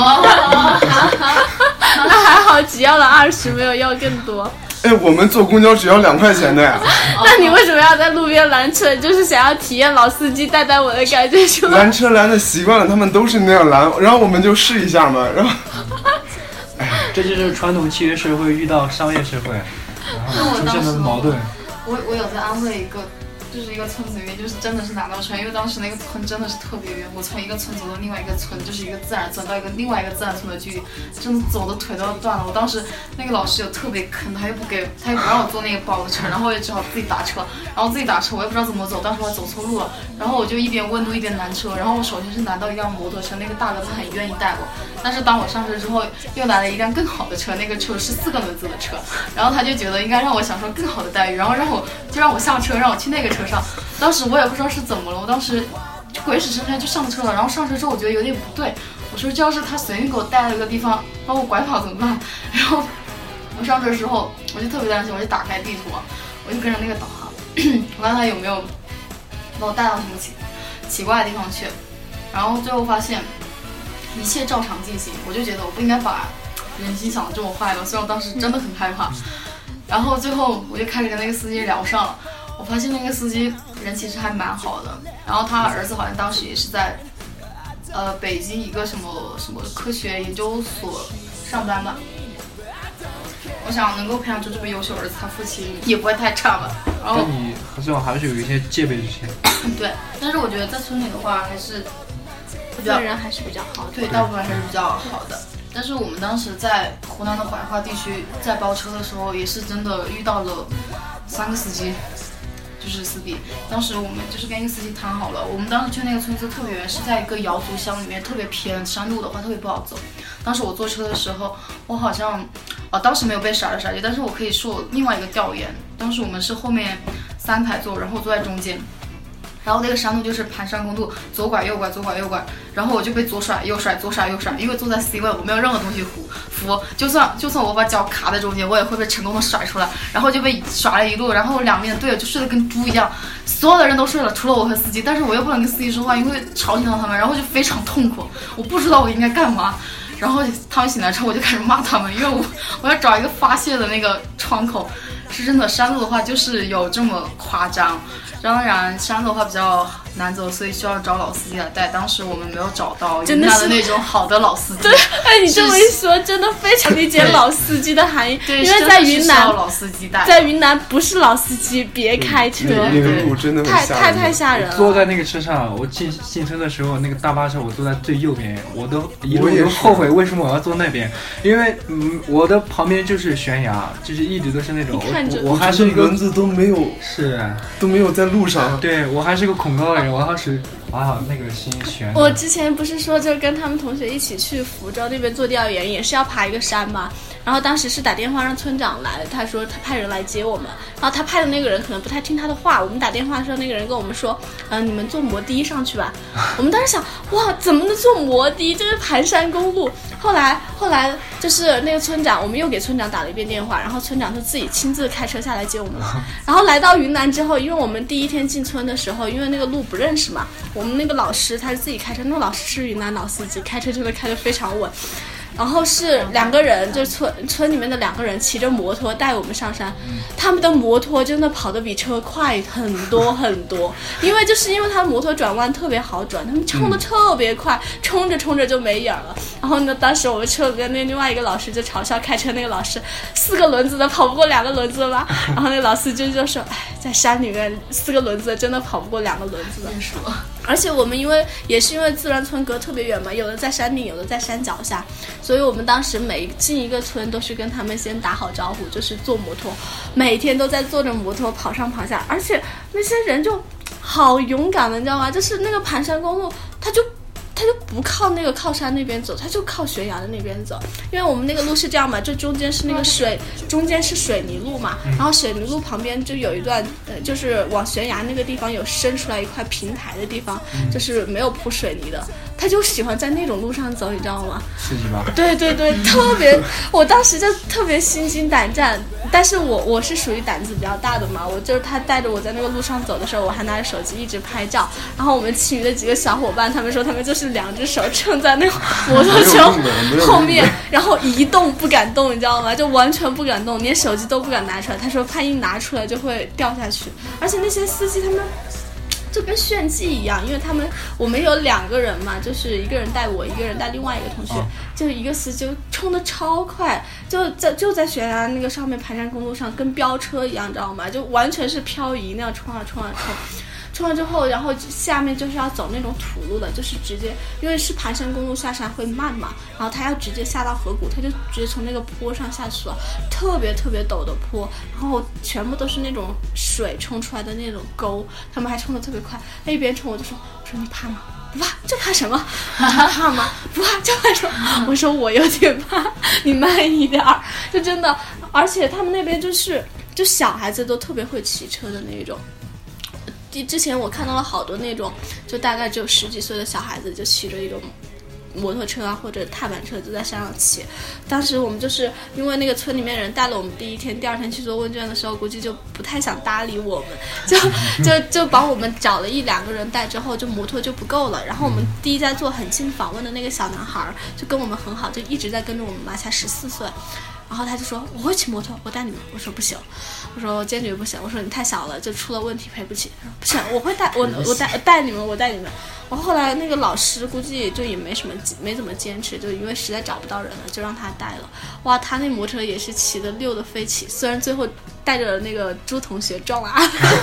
那还好，只要了20，没有要更多。 哎，我们坐公交只要2块钱的呀。 那你为什么要在路边拦车？就是想要体验老司机带我的感觉是吗？ 拦车拦的习惯了，他们都是那样拦，然后我们就试一下嘛，然后。 这就是传统契约社会遇到商业社会，然后出现的矛盾。 我有在安慰一个就是一个村子里面，就是真的是拿到车，因为当时那个村真的是特别远，我从一个村走到另外一个村，就是一个自然村到另外一个自然村的距离，真的走的腿都要断了。我当时那个老师又特别坑，他又不让我坐那个包的车，然后我也只好自己打车，然后自己打车我也不知道怎么走，当时我走错路了，然后我就一边问路一边拦车，然后我首先是拦到一辆摩托车，那个大哥他很愿意带我，但是当我上车之后又来了一辆更好的车，那个车是4个轮子的车，然后他就觉得应该让我享受更好的待遇，然后让我下车，让我去那个车上。当时我也不知道是怎么了，我当时就鬼使神差就上车了，然后上车之后我觉得有点不对，我说这要是他随便给我带了一个地方把我拐跑怎么办？然后我上车之后我就特别担心，我就打开地图，我就跟着那个导航，我看他有没有把我带到什么奇怪的地方去，然后最后发现一切照常进行，我就觉得我不应该把人心想的这么坏了，所以我当时真的很害怕。然后最后我就开始跟那个司机聊上了，我发现那个司机人其实还蛮好的，然后他儿子好像当时也是在北京一个什么科学研究所上班吧。我想能够培养出这么优秀儿子，他父亲也不会太差吧。然后但你最后还是有一些戒备之心。 对，但是我觉得在村里的话还是部分人还是比较好的， 对，大部分还是比较好的。但是我们当时在湖南的怀化地区在包车的时候，也是真的遇到了3个司机，就是撕逼。当时我们就是跟一个司机谈好了，我们当时去那个村子特别远，是在一个瑶族乡里面，特别偏，山路的话特别不好走。当时我坐车的时候，我好像当时没有被甩了，但是我可以说我另外一个调研。当时我们是后面3排座，然后我坐在中间。然后那个山路就是盘山公路，左拐右拐左拐右拐，然后我就被左甩右甩左甩右甩，因为坐在 C 位，我没有任何东西扶，就算我把脚卡在中间，我也会被成功的甩出来，然后就被甩了一路，然后两边的队友就睡得跟猪一样，所有的人都睡了，除了我和司机，但是我又不能跟司机说话，因为吵醒到他们，然后就非常痛苦，我不知道我应该干嘛。然后他们醒来之后，我就开始骂他们，因为我要找一个发泄的那个窗口。是真的，山路的话就是有这么夸张。当然，山路的话比较难走，所以需要找老司机来带。当时我们没有找到云南的那种好的老司机。 对，哎，你这么一说，真的非常理解老司机的含义。 对， 因为在云南， 老司机带。 在云南不是老司机别开车， 那个路真的太吓人了。 坐在那个车上，我进村的时候，那个大巴车我坐在最右边，我都一路都后悔为什么我要坐那边，因为我的旁边就是悬崖，就是一直都是那种。我还是一个轮子都没有，都没有在路上。 对，我还是个恐高的人，我当时那个心悬。 我之前不是说就跟他们同学一起去福州那边做调研，也是要爬一个山嘛。然后当时是打电话让村长来，他说他派人来接我们，然后他派的那个人可能不太听他的话，我们打电话的时候那个人跟我们说，你们坐摩的上去吧。我们当时想，哇，怎么能坐摩的？这是盘山公路。后来就是那个村长，我们又给村长打了一遍电话，然后村长就自己亲自开车下来接我们了。然后来到云南之后，因为我们第一天进村的时候，因为那个路不认识嘛，我们那个老师他是自己开车，那个老师是云南老司机，开车真的开得非常稳。然后是2个人，就村里面的2个人骑着摩托带我们上山，他们的摩托真的跑得比车快很多很多，因为他们摩托转弯特别好转，他们冲得特别快，冲着就没影了。然后呢，当时我们车跟那另外一个老师就嘲笑开车那个老师，4个轮子的跑不过2个轮子吧？然后那个老司机就说，在山里面4个轮子的真的跑不过2个轮子的。而且我们因为自然村隔特别远嘛，有的在山顶，有的在山脚下，所以我们当时每进一个村都是跟他们先打好招呼，就是坐摩托，每天都在坐着摩托跑上跑下，而且那些人就好勇敢的，你知道吗？就是那个盘山公路，他就不靠那个靠山那边走，他就靠悬崖的那边走。因为我们那个路是这样嘛，就中间是那个中间是水泥路嘛，然后水泥路旁边就有一段就是往悬崖那个地方有伸出来一块平台的地方，就是没有铺水泥的。他就喜欢在那种路上走，你知道吗？ 刺激吧？ 对，特别，我当时就特别心惊胆战。但是我是属于胆子比较大的嘛，我就是他带着我在那个路上走的时候，我还拿着手机一直拍照。然后我们其余的几个小伙伴，他们说他们就是2只手撑在那个摩托车后面，然后一动不敢动，你知道吗？就完全不敢动，连手机都不敢拿出来。他说怕一拿出来就会掉下去。而且那些司机他们就跟炫技一样，因为我们有2个人嘛，就是一个人带我，一个人带另外一个同学，就一个司机就冲得超快，就在悬崖那个上面盘山公路上跟飙车一样，你知道吗？就完全是漂移那样冲啊冲啊冲。冲了之后，然后下面就是要走那种土路的，就是直接因为是盘山公路下山会慢嘛，然后他要直接下到河谷，他就直接从那个坡上下去了，特别特别陡的坡，然后全部都是那种水冲出来的那种沟，他们还冲得特别快。他一边冲我就说你怕吗？不怕，这怕什么？怕吗？不怕，这怕什么？我说我有点怕，你慢一点儿。就真的，而且他们那边就小孩子都特别会骑车的那种。之前我看到了好多那种就大概只有10几岁的小孩子就骑着一种摩托车啊或者踏板车就在山上骑。当时我们就是因为那个村里面人带了我们第一天，第2天去做问卷的时候估计就不太想搭理我们，就把我们找了1-2个人带之后就摩托就不够了。然后我们第一家做很近访问的那个小男孩就跟我们很好，就一直在跟着我们嘛，才14岁。然后他就说我会骑摩托，我带你们。我说不行，我说坚决不行，我说你太小了，就出了问题赔不起。他说不行，我会带我带你们，我带你们。我后来那个老师估计就也没怎么坚持，就因为实在找不到人了，就让他带了。哇，他那摩托也是骑得溜得飞起，虽然最后带着那个朱同学撞了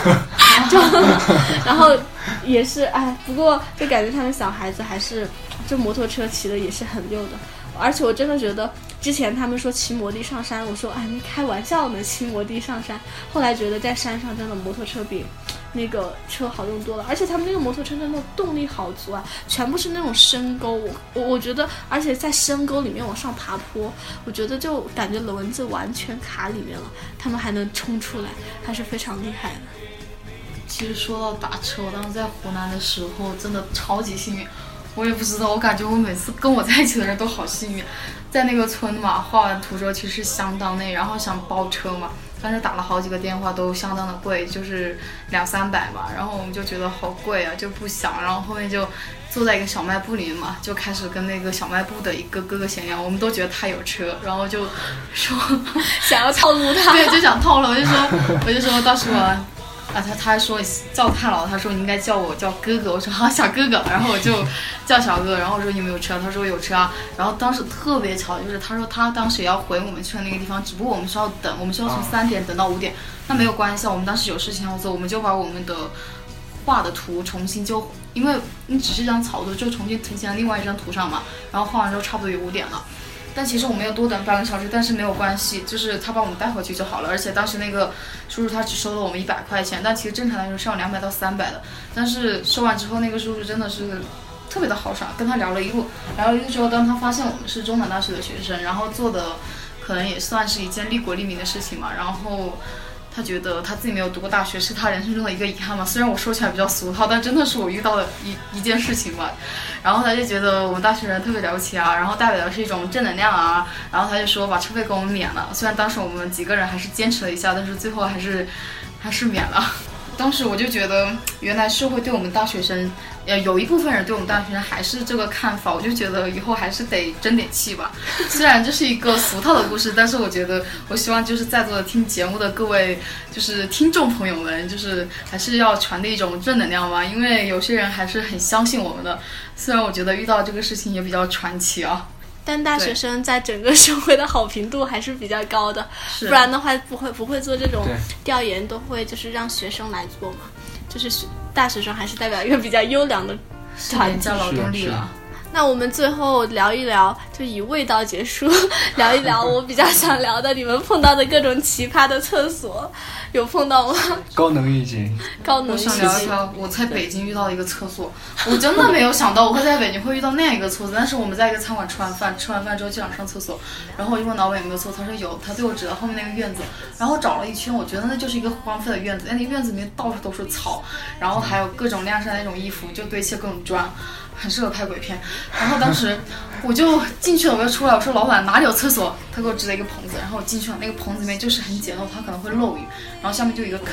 然后也是不过就感觉他们小孩子还是这摩托车骑的也是很溜的。而且我真的觉得之前他们说骑摩的上山，我说你开玩笑呢，骑摩的上山。后来觉得在山上真的摩托车比那个车好用多了，而且他们那个摩托车真的动力好足啊，全部是那种深沟。我觉得，而且在深沟里面往上爬坡，我觉得就感觉轮子完全卡里面了，他们还能冲出来，还是非常厉害的。 其实说到打车，我当时在湖南的时候真的超级幸运。我也不知道，我感觉我每次跟我在一起的人都好幸运。在那个村嘛，画完图之后其实是乡当内，然后想包车嘛，但是打了好几个电话都相当的贵，就是200-300吧，然后我们就觉得好贵啊，就不想，然后后面就坐在一个小卖部里嘛，就开始跟那个小卖部的一个哥哥闲聊，我们都觉得他有车，然后就说想要套路他， 对，就想套路，我就说到时候他还说叫太老，他说你应该叫我叫哥哥，我说好小哥哥，然后我就叫小哥，然后我说你有没有车，他说有车啊，然后当时特别巧，就是他说他当时也要回我们去的那个地方，只不过我们需要等，我们需要从3点等到5点，那没有关系，我们当时有事情要做，我们就把我们的画的图重新就，因为你只是一张草图，就重新呈现在另外一张图上嘛，然后画完之后差不多有5点了。但其实我们要多等半个小时，但是没有关系，就是他把我们带回去就好了。而且当时那个叔叔他只收了我们100块钱，但其实正常来说是要200到300的。但是收完之后，那个叔叔真的是特别的豪爽，跟他聊了一路之后，当他发现我们是中南大学的学生，然后做的可能也算是一件利国利民的事情嘛，然后他觉得他自己没有读过大学是他人生中的一个遗憾嘛，虽然我说起来比较俗套，但真的是我遇到的一件事情吧。然后他就觉得我们大学人特别了不起啊，然后代表的是一种正能量啊，然后他就说把车费给我们免了，虽然当时我们几个人还是坚持了一下，但是最后还是免了。当时我就觉得原来社会对我们大学生有一部分人对我们大学生还是这个看法，我就觉得以后还是得争点气吧。虽然这是一个俗套的故事，但是我觉得我希望就是在座的听节目的各位就是听众朋友们，就是还是要传递一种正能量吧，因为有些人还是很相信我们的，虽然我觉得遇到这个事情也比较传奇啊。 但大学生在整个社会的好评度还是比较高的，不然的话不会做这种调研，都会就是让学生来做嘛，就是大学生还是代表一个比较优良的团体劳动力了。 那我们最后聊一聊，就以味道结束，聊一聊我比较想聊的你们碰到的各种奇葩的厕所，有碰到吗？ 高能预警。 我想聊一聊我在北京遇到的一个厕所，我真的没有想到我会在北京会遇到那样一个厕所。但是我们在一个餐馆吃完饭之后就想上厕所，然后我就问老板有没有厕所，他说有，他对我指了后面那个院子，然后找了一圈，我觉得那就是一个荒废的院子，那院子里面到处都是草，然后还有各种晾晒的那种衣服，就堆砌各种砖，很适合拍鬼片。然后当时我就进去了，我就出来，我说老板哪里有厕所，他给我指了一个棚子，然后我进去了，那个棚子里面就是很简陋，它可能会漏雨，然后下面就有一个坑，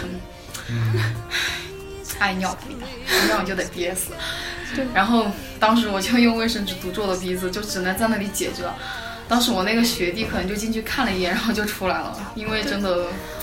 爱尿可以的，尿你就得憋死。然后当时我就用卫生纸堵住了鼻子，就只能在那里解决了。当时我那个学弟可能就进去看了一眼，然后就出来了，因为真的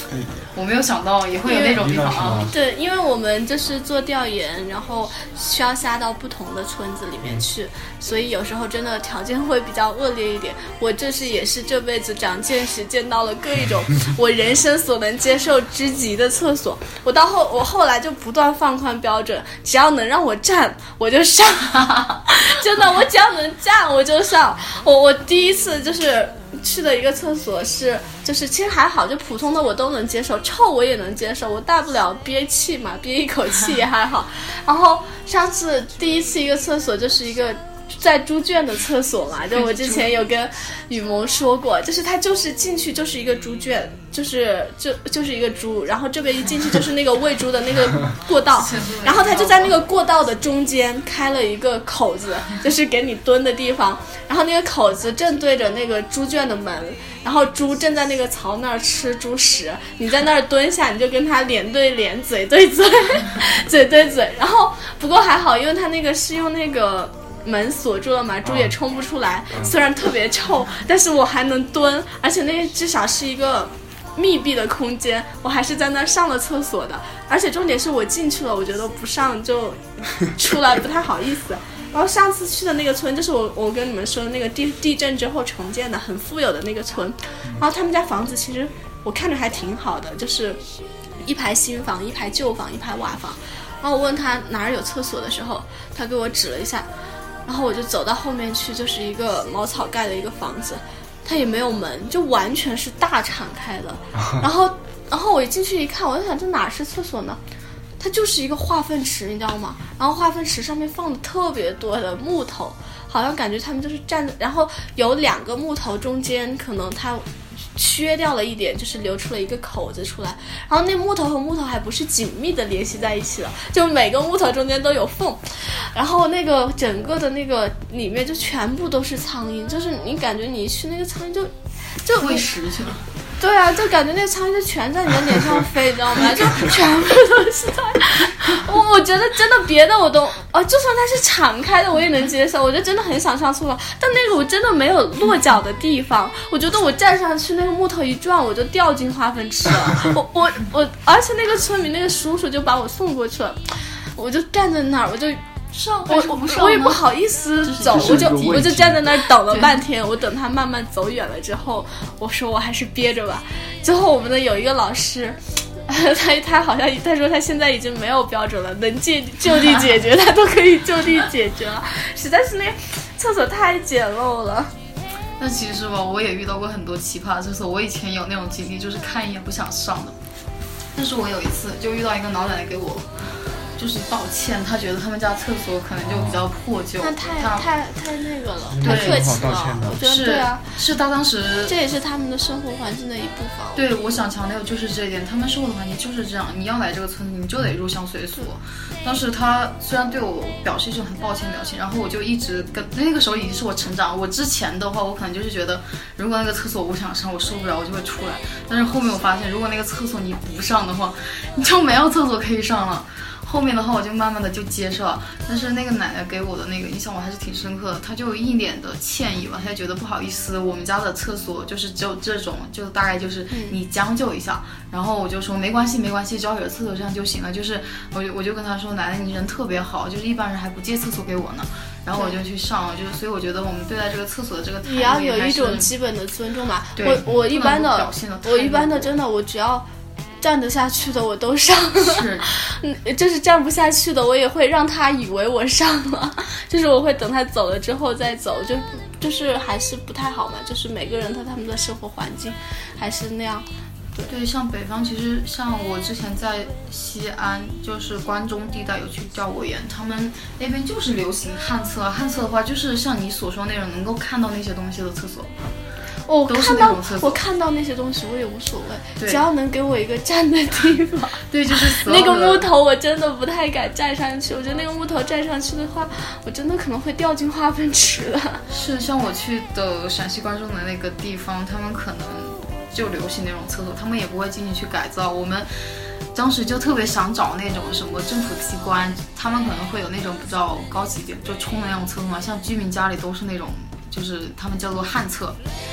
我没有想到也会有那种地方啊。 对，因为我们就是做调研，然后需要下到不同的村子里面去，所以有时候真的条件会比较恶劣一点。我这是也是这辈子长见识，见到了各一种我人生所能接受之极的厕所。我后来就不断放宽标准，只要能让我站我就上，真的，我只要能站我就上。我第一次就是去的一个厕所就是其实还好，就普通的我都能接受，臭我也能接受，我大不了憋气嘛，憋一口气也还好。然后上次第一次一个厕所就是一个在猪圈的厕所嘛，就我之前有跟雨萌说过，就是它就是进去就是一个猪圈，就是一个猪，然后这边一进去就是那个喂猪的那个过道，然后它就在那个过道的中间开了一个口子，就是给你蹲的地方，然后那个口子正对着那个猪圈的门，然后猪正在那个槽那儿吃猪食，你在那儿蹲下，你就跟它脸对脸，嘴对嘴，嘴对嘴。然后不过还好，因为它那个是用那个门锁住了嘛，猪也冲不出来，虽然特别臭，但是我还能蹲，而且那至少是一个密闭的空间，我还是在那儿上了厕所的。而且重点是我进去了，我觉得不上就出来不太好意思。然后上次去的那个村，就是我跟你们说的那个地震之后重建的很富有的那个村，然后他们家房子其实我看着还挺好的，就是一排新房，一排旧房，一排瓦房。然后我问他哪儿有厕所的时候，他给我指了一下，然后我就走到后面去，就是一个茅草盖的一个房子，它也没有门，就完全是大敞开的。然后我一进去一看，我就想这哪是厕所呢？它就是一个化粪池，你知道吗？然后化粪池上面放了特别多的木头，好像感觉他们就是站着，然后有2个木头中间可能它削掉了一点，就是留出了一个口子出来，然后那木头和木头还不是紧密的联系在一起了，就每个木头中间都有缝，然后那个整个的那个里面就全部都是苍蝇，就是你感觉你一去那个苍蝇就喂食去了。 对啊，就感觉那个苍蝇就全在你的脸上飞，你知道吗？就全部都是苍蝇。我觉得真的别的我都就算它是敞开的我也能接受，我就真的很想上厕所，但那个我真的没有落脚的地方，我觉得我站上去那个木头一撞我就掉进化粪池了。我而且那个村民那个叔叔就把我送过去了，我就站在那儿，我也不好意思走，我就站在那儿等了半天，我等他慢慢走远了之后，我说我还是憋着吧。最后我们的有一个老师，他好像他说他现在已经没有标准了，能就地解决他都可以就地解决了，实在是那厕所太简陋了。 那其实吧，我也遇到过很多奇葩的厕所，我以前有那种经历，就是看一眼不想上的。但是我有一次就遇到一个老奶奶给我就是道歉，他觉得他们家厕所可能就比较破旧， 那太那个了， 太客气了。我觉得对啊， 是他当时这也是他们的生活环境的一部分。 对，我想强调就是这一点，他们生活的环境就是这样，你要来这个村子，你就得入乡随俗。当时他虽然对我表示一种很抱歉的表情，然后我就一直跟那个时候已经是我成长。我之前的话，我可能就是觉得，如果那个厕所我不想上，我受不了，我就会出来。但是后面我发现，如果那个厕所你不上的话，你就没有厕所可以上了。后面的话我就慢慢的就接受了，但是那个奶奶给我的那个印象我还是挺深刻的，她就有一脸的歉意吧，她就觉得不好意思，我们家的厕所就是只有这种，就大概就是你将就一下，然后我就说没关系，只要有厕所这样就行了，就是我就跟她说，奶奶你人特别好，就是一般人还不借厕所给我呢，然后我就去上，就是所以我觉得我们对待这个厕所的这个态度也要有一种基本的尊重嘛。 对， 我一般的真的我只要站得下去的我都上了，就是站不下去的我也会让他以为我上了，就是我会等他走了之后再走，就是还是不太好嘛，就是每个人他们的生活环境还是那样。 对，像北方，其实像我之前在西安，就是关中地带有去调过研，他们那边就是流行旱厕，旱厕的话就是像你所说那种能够看到那些东西的厕所。 我看到那些东西我也无所谓，只要能给我一个站的地方。 对，就是那个木头我真的不太敢站上去，我觉得那个木头站上去的话，我真的可能会掉进化粪池的。 是，像我去的陕西关中的那个地方，他们可能就流行那种厕所，他们也不会进去去改造。我们当时就特别想找那种什么政府机关，他们可能会有那种比较高级一点就冲的那种厕所嘛，像居民家里都是那种，就是他们叫做旱厕。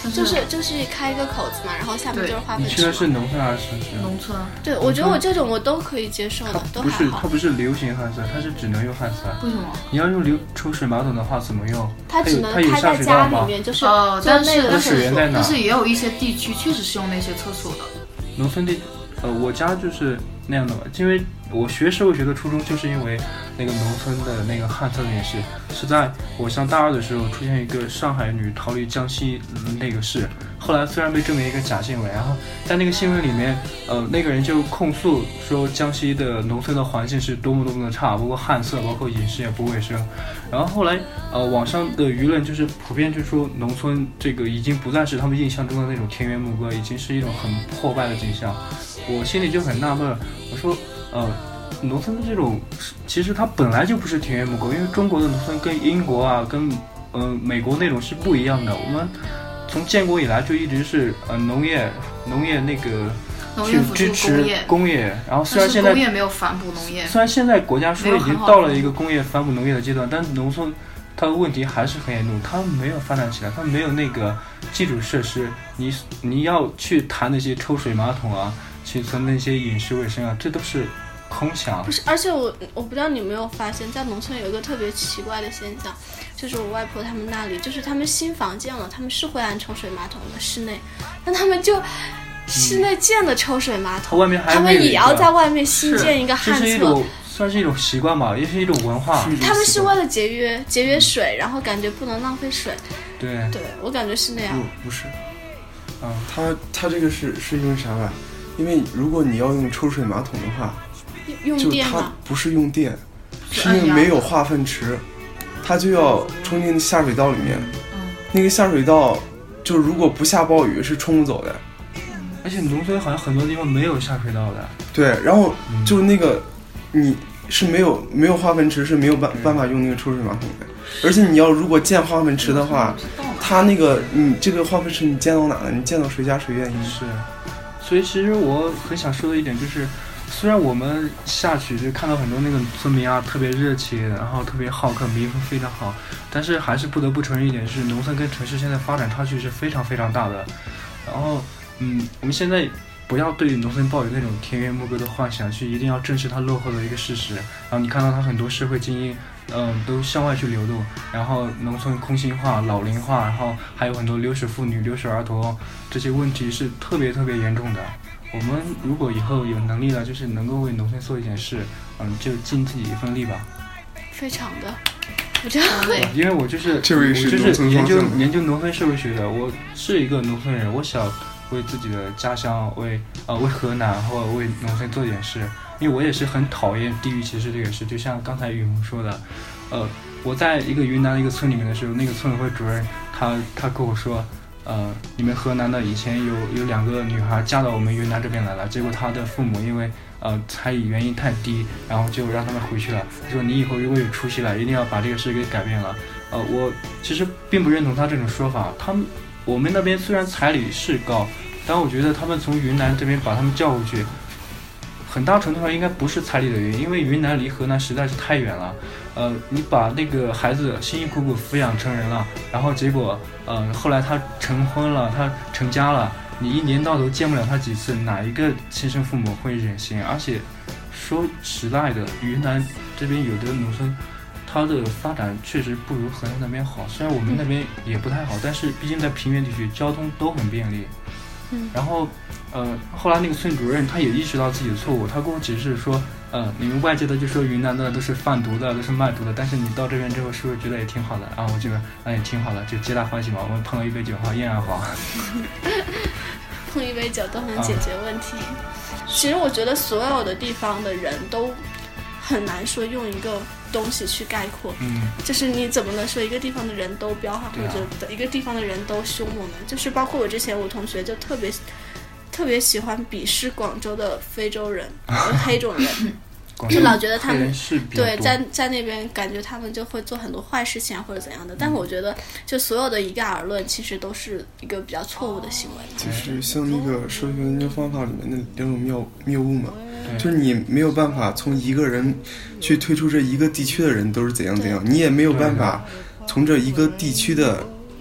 就是开一个口子嘛，然后下面就是化粪池。 你去的是农村还是城市？ 农村。 对，我觉得我这种我都可以接受的，都还好。 它不是流行旱厕，它是只能用旱厕。 为什么？ 你要用抽水马桶的话怎么用？ 它只能开在家里面，就是但是那个水源在哪？ 但是也有一些地区确实是用那些厕所的。 农村地，我家就是那样的嘛，因为我学社会学的初衷就是因为那个农村的那个旱厕那件事，是在我上大二的时候出现一个上海女逃离江西那个事，后来虽然被证明一个假新闻，然后在那个新闻里面，那个人就控诉说江西的农村的环境是多么的差，包括旱厕，包括饮食也不卫生。然后后来网上的舆论就是普遍就说农村这个已经不再是他们印象中的那种田园牧歌，已经是一种很破败的景象。我心里就很纳闷，我说农村的这种其实它本来就不是田园牧歌，因为中国的农村跟英国啊跟美国那种是不一样的。我们从建国以来就一直是农业那个去支持工业，然后虽然现在工业没有反哺农业， 虽然现在国家说已经到了一个工业反哺农业的阶段，但农村它的问题还是很严重，它没有发展起来，它没有那个基础设施，你要去谈那些抽水马桶啊，去存那些饮食卫生啊，这都是空想。 不是，而且我不知道你有没有发现，在农村有一个特别奇怪的现象，就是我外婆他们那里，就是他们新房建了，他们是会安抽水马桶的室内，但他们就室内建的抽水马桶， 外面还他们也要在外面新建一个旱厕， 算是一种习惯吧，也是一种文化。 他们是为了节约水，然后感觉不能浪费水。 对， 我感觉是那样。 不是，他这个是因为啥吧？因为如果你要用抽水马桶的话， 用电就它不是用电，是因为没有化粪池，它就要冲进下水道里面。那个下水道就如果不下暴雨是冲不走的。 而且农村好像很多地方没有下水道的。 对，然后就那个你是没有化粪池是没有办法用那个抽水马桶的。而且你要如果建化粪池的话，它那个你这个化粪池你建到哪了？你建到谁家谁愿意？ 是。所以其实我很想说的一点就是，虽然我们下去就看到很多那个村民啊特别热情，然后特别好客，民风非常好，但是还是不得不承认一点是，农村跟城市现在发展差距是非常非常大的。然后我们现在不要对农村抱有那种田园牧歌的幻想，去一定要正视它落后的一个事实。然后你看到它很多社会精英都向外去流动，然后农村空心化、老龄化，然后还有很多留守妇女、留守儿童，这些问题是特别特别严重的。我们如果以后有能力了，就是能够为农村做一件事，就尽自己一份力吧。 非常的，我觉得因为我就是研究农村社会学的，我是一个农村人，我想为自己的家乡，为河南或为农村做点事。因为我也是很讨厌地域歧视这个事，就像刚才雨萌说的，我在一个云南的一个村里面的时候，那个村委会主任他跟我说，你们河南的以前有2个女孩嫁到我们云南这边来了，结果她的父母因为彩礼原因太低，然后就让他们回去了。说你以后如果有出息了，一定要把这个事给改变了。我其实并不认同他这种说法。我们那边虽然彩礼是高，但我觉得他们从云南这边把他们叫回去，很大程度上应该不是彩礼的原因，因为云南离河南实在是太远了。你把那个孩子辛辛苦苦抚养成人了，然后结果后来他成婚了，他成家了，你一年到头见不了他几次，哪一个亲生父母会忍心？而且说实在的，云南这边有的农村它的发展确实不如河南那边好，虽然我们那边也不太好，但是毕竟在平原地区交通都很便利。然后后来那个村主任他也意识到自己的错误，他跟我解释说，你们外界的就说云南的都是贩毒的，都是卖毒的，但是你到这边之后是不是觉得也挺好的？然后我就那也挺好的，就皆大欢喜嘛，我们碰了一杯酒，好，燕儿好。 碰一杯酒都能解决问题。其实我觉得所有的地方的人都很难说用一个东西去概括，就是你怎么能说一个地方的人都彪悍，或者一个地方的人都凶猛呢？就是包括我之前我同学就特别喜欢鄙视广州的非洲人黑种人，就老觉得他们对在那边感觉他们就会做很多坏事情啊或者怎样的。但是我觉得就所有的一概而论其实都是一个比较错误的行为， 就是像那个社会学研究方法里面那2种谬误嘛，就是你没有办法从一个人去推出这一个地区的人都是怎样，你也没有办法从这一个地区的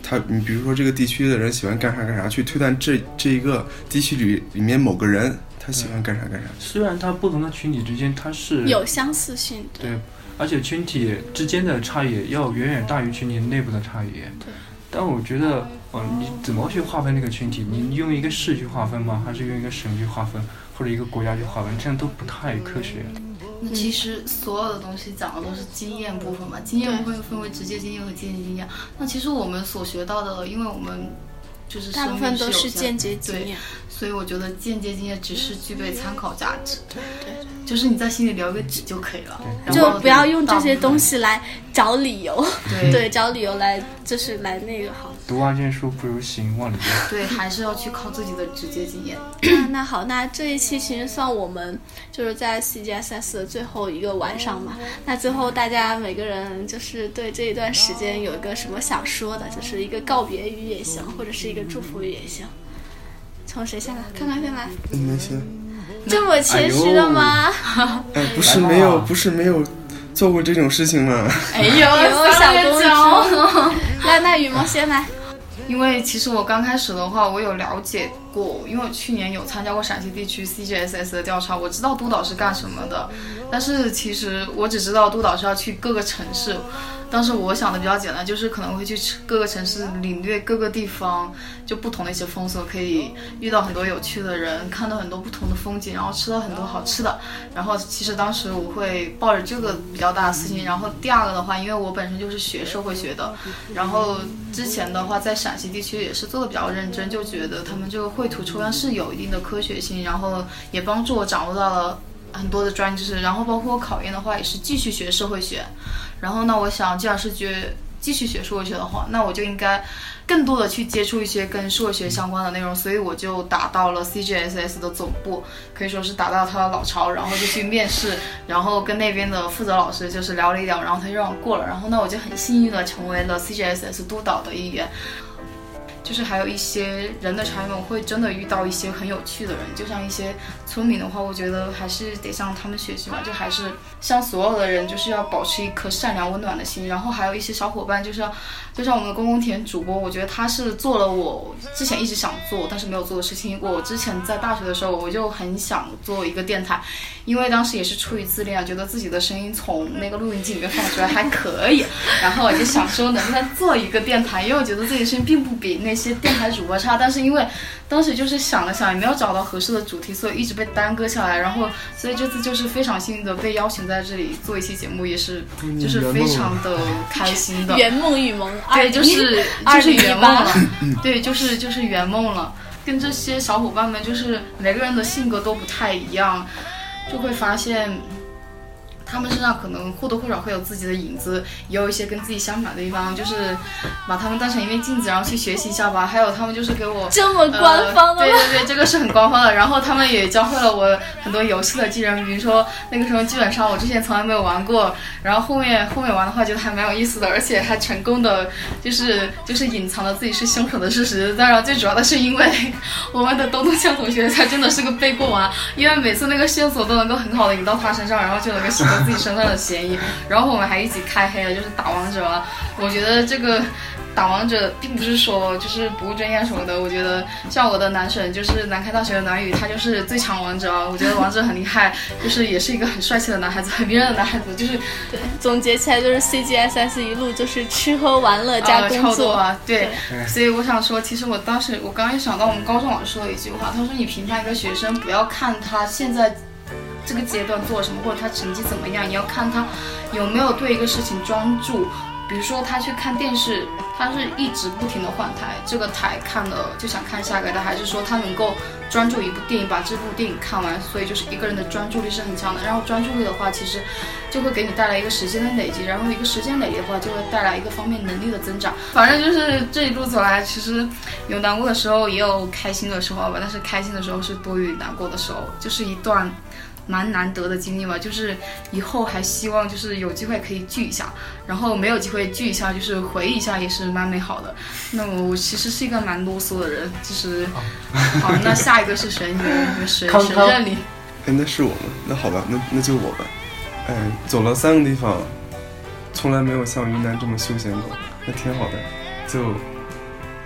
你比如说这个地区的人喜欢干啥干啥，去推断这一个地区里面某个人他喜欢干啥干啥。 虽然它不同的群体之间它是有相似性的， 对，而且群体之间的差异要远远大于群体内部的差异。 对。但我觉得，你怎么去划分这个群体？你用一个市去划分吗？还是用一个省去划分，或者一个国家去划分？这样都不太科学。 那其实所有的东西讲的都是经验部分嘛，经验部分分为直接经验和间接经验。那其实我们所学到的，因为我们就是大部分都是间接经验， 所以我觉得间接经验只是具备参考价值。 对， 就是你在心里留一个纸就可以了， 就不要用这些东西来找理由。 对， 找理由来就是来那个好。 读万卷书不如行万里路。 对，还是要去靠自己的直接经验。 那好，那这一期其实算我们就是在 CGSS 的最后一个晚上嘛。那最后大家每个人就是对这一段时间有一个什么想说的，就是一个告别语也行，或者是一个祝福语也行。从谁先来？看看先来。 你们先。 这么谦虚的吗？ 不是没有做过这种事情吗？ 有小公主。那雨萌先来。 因为其实我刚开始的话，我有了解过，因为我去年有参加过陕西地区 CGSS 的调查，我知道督导是干什么的，但是其实我只知道督导是要去各个城市。当时我想的比较简单，就是可能会去各个城市领略各个地方就不同的一些风俗，可以遇到很多有趣的人，看到很多不同的风景，然后吃到很多好吃的。然后其实当时我会抱着这个比较大的私心。然后第二个的话，因为我本身就是学社会学的，然后之前的话在陕西地区也是做的比较认真，就觉得他们这个绘图抽样是有一定的科学性，然后也帮助我掌握到了很多的专业知识。然后包括我考研的话也是继续学社会学。然后呢，我想既然是继续学社会学的话，那我就应该更多的去接触一些跟社会学相关的内容，所以我就打到了 CGSS 的总部，可以说是打到他的老巢，然后就去面试，然后跟那边的负责老师就是聊了一聊，然后他就让我过了。然后呢，我就很幸运的成为了 CGSS 督导的一员。就是还有一些人的茶园，我会真的遇到一些很有趣的人，就像一些村民的话，我觉得还是得向他们学习嘛，就还是向所有的人就是要保持一颗善良温暖的心。然后还有一些小伙伴，就像我们的公共田主播，我觉得他是做了我之前一直想做但是没有做的事情。我之前在大学的时候，我就很想做一个电台，因为当时也是出于自恋，觉得自己的声音从那个录音机里面放出来还可以，然后我就想说能不能做一个电台，因为我觉得自己的声音并不比那些电台主播差，但是因为当时就是想了想也没有找到合适的主题，所以一直被耽搁下来。然后所以这次就是非常幸运的被邀请在这里做一期节目，也是就是非常的开心的。 圆梦与萌， 对，就是圆梦了，对，就是圆梦了。跟这些小伙伴们就是每个人的性格都不太一样，就会发现他们身上可能或多或少会有自己的影子，也有一些跟自己相反的地方，就是把他们当成一面镜子，然后去学习一下吧。还有他们就是给我这么官方的吗？ 对，这个是很官方的。然后他们也教会了我很多游戏的技能，比如说那个时候基本上我之前从来没有玩过，然后后面玩的话觉得还蛮有意思的，而且还成功的就是隐藏了自己是凶手的事实。当然最主要的是因为我们的东东江同学他真的是个背锅王，因为每次那个线索都能够很好的引到他身上，然后就能够洗到自己身上的嫌疑。然后我们还一起开黑了，就是打王者了。我觉得这个打王者并不是说就是不务正业什么的，我觉得像我的男神就是南开大学的南宇，他就是最强王者啊。我觉得王者很厉害，就是也是一个很帅气的男孩子，很迷人的男孩子。就是对，总结起来就是 CGSS 一路就是吃喝玩乐加工作啊，对。所以我想说，其实我刚刚想到我们高中老师说了一句话，他说你评判一个学生不要看他现在这个阶段做什么，或者他成绩怎么样，你要看他有没有对一个事情专注。比如说他去看电视，他是一直不停的换台，这个台看了就想看下个的，还是说他能够专注一部电影，把这部电影看完。所以就是一个人的专注力是很强的，然后专注力的话其实就会给你带来一个时间的累积，然后一个时间累积的话就会带来一个方面能力的增长。反正就是这一路走来，其实有难过的时候也有开心的时候吧，但是开心的时候是多于难过的时候，就是一段蛮难得的经历嘛，就是以后还希望就是有机会可以聚一下，然后没有机会聚一下就是回忆一下也是蛮美好的。那么我其实是一个蛮啰嗦的人，就是好，那下一个是谁？谁认领？ 那是我们，那好吧，那就我吧。走了3个地方，从来没有像云南这么休闲过，那挺好的。就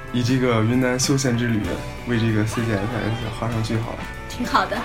以这个云南修仙之旅为这个 CGSS 画上句号了。 挺好的。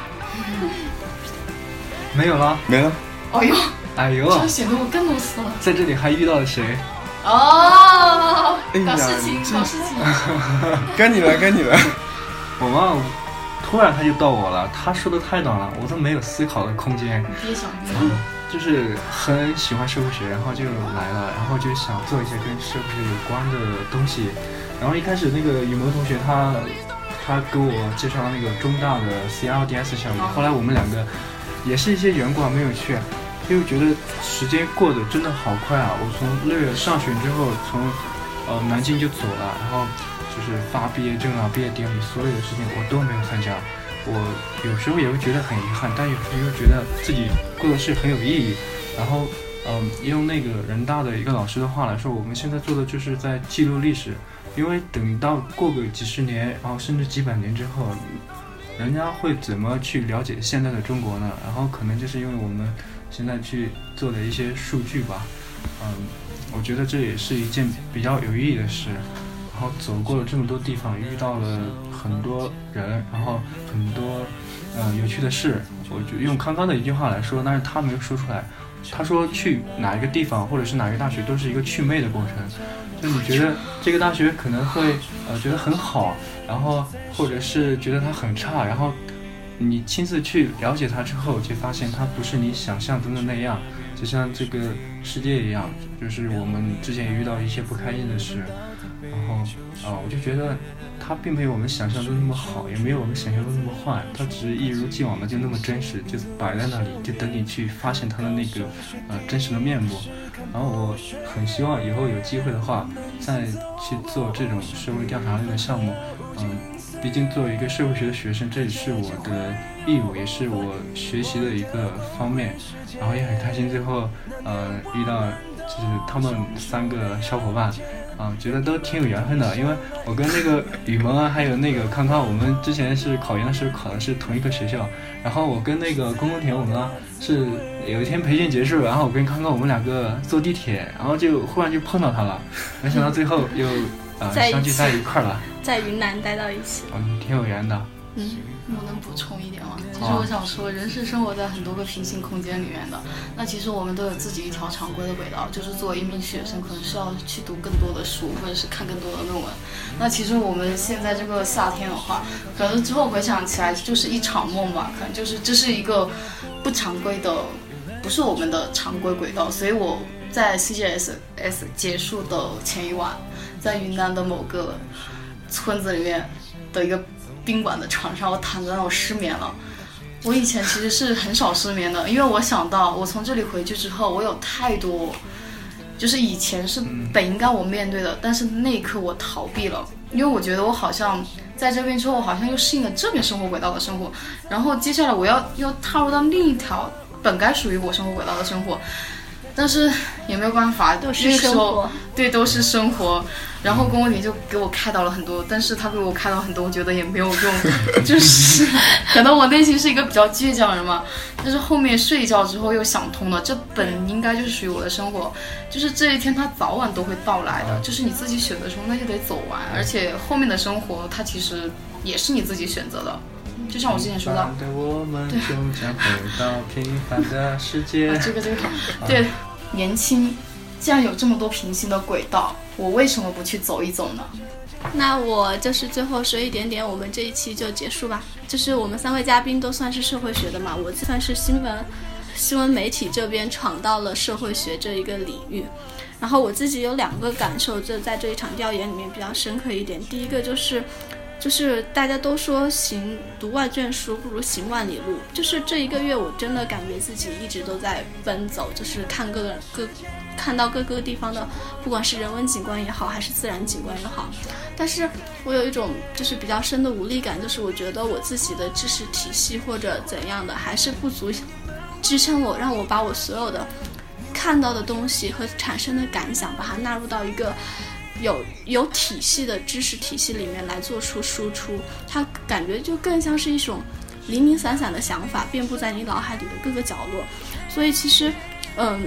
没有了， 没了。 哦呦， 哎呦， 这显得我更啰嗦了。 在这里还遇到了谁？ 哦， 哎呀搞事情，搞事情。 该你了，该你了。 我忘了，突然他就到我了，他说的太短了，我都没有思考的空间。 别想就是很喜欢社会学，然后就来了，然后就想做一些跟社会学有关的东西。然后一开始那个雨萌同学他给我介绍了那个中大的 CLDS 项目，后来我们两个也是一些缘故没有去，因为觉得时间过得真的好快啊！我从6月上旬之后，从南京就走了，然后就是发毕业证啊、毕业典礼，所有的事情我都没有参加。我有时候也会觉得很遗憾，但有时候又觉得自己过的事很有意义。然后，用那个人大的一个老师的话来说，我们现在做的就是在记录历史，因为等到过个几十年，然后甚至几百年之后，人家会怎么去了解现在的中国呢？然后可能就是因为我们现在去做的一些数据吧，我觉得这也是一件比较有意义的事。然后走过了这么多地方，遇到了很多人，然后很多有趣的事。我就用康康的一句话来说，但是他没有说出来。他说去哪一个地方或者是哪一个大学都是一个祛魅的过程，就你觉得这个大学可能会觉得很好，然后或者是觉得它很差，然后你亲自去了解它之后，就发现它不是你想象中的那样。就像这个世界一样，就是我们之前也遇到一些不开心的事，然后我就觉得它并没有我们想象中那么好，也没有我们想象中那么坏，它只是一如既往的就那么真实，就摆在那里，就等你去发现它的那个真实的面目。然后我很希望以后有机会的话，再去做这种社会调查类的项目。毕竟作为一个社会学的学生，这也是我的义务，也是我学习的一个方面。然后也很开心，最后遇到就是他们3个小伙伴。觉得都挺有缘分的，因为我跟那个雨萌啊，还有那个康康，我们之前是考研的时候考的是同一个学校，然后我跟那个公田我们是有一天培训结束，然后我跟康康我们2个坐地铁，然后就忽然就碰到他了，没想到最后又相聚在一块了， 在云南待到一起， 挺有缘的。 我能补充一点吗？其实我想说，人是生活在很多个平行空间里面的。那其实我们都有自己一条常规的轨道，就是作为一名学生，可能是要去读更多的书，或者是看更多的论文。那其实我们现在这个夏天的话，可能之后回想起来就是一场梦吧，可能就是这是一个不常规的，不是我们的常规轨道。所以我在 CGSS 结束的前一晚，在云南的某个村子里面的一个宾馆的床上，我躺在那，我失眠了。我以前其实是很少失眠的，因为我想到我从这里回去之后，我有太多就是以前是本应该我面对的，但是那一刻我逃避了，因为我觉得我好像在这边之后好像又适应了这边生活轨道的生活，然后接下来我要踏入到另一条本该属于我生活轨道的生活，但是也没有办法， 都是生活， 对，都是生活。然后公务员就给我开导了很多，但是他给我开导很多，我觉得也没有用，就是可能我内心是一个比较倔强的人嘛。但是后面睡一觉之后又想通了，这本应该就是属于我的生活，就是这一天它早晚都会到来的，就是你自己选择中那就得走完，而且后面的生活它其实也是你自己选择的。就像我之前说到， 我们就将回到平凡的世界。 这个好，对，年轻，既然有这么多平行的轨道，我为什么不去走一走呢？ 那我就是最后说一点点，我们这一期就结束吧。就是我们3位嘉宾都算是社会学的嘛，我算是新闻媒体这边闯到了社会学这一个领域。然后我自己有2个感受，就在这一场调研里面比较深刻一点。第一个就是大家都说读万卷书不如行万里路，就是这1个月我真的感觉自己一直都在奔走，就是看到各个地方的，不管是人文景观也好，还是自然景观也好，但是我有一种就是比较深的无力感，就是我觉得我自己的知识体系或者怎样的还是不足支撑我，让我把我所有的看到的东西和产生的感想把它纳入到一个有体系的知识体系里面来做出输出，它感觉就更像是一种零零散散的想法遍布在你脑海里的各个角落。所以其实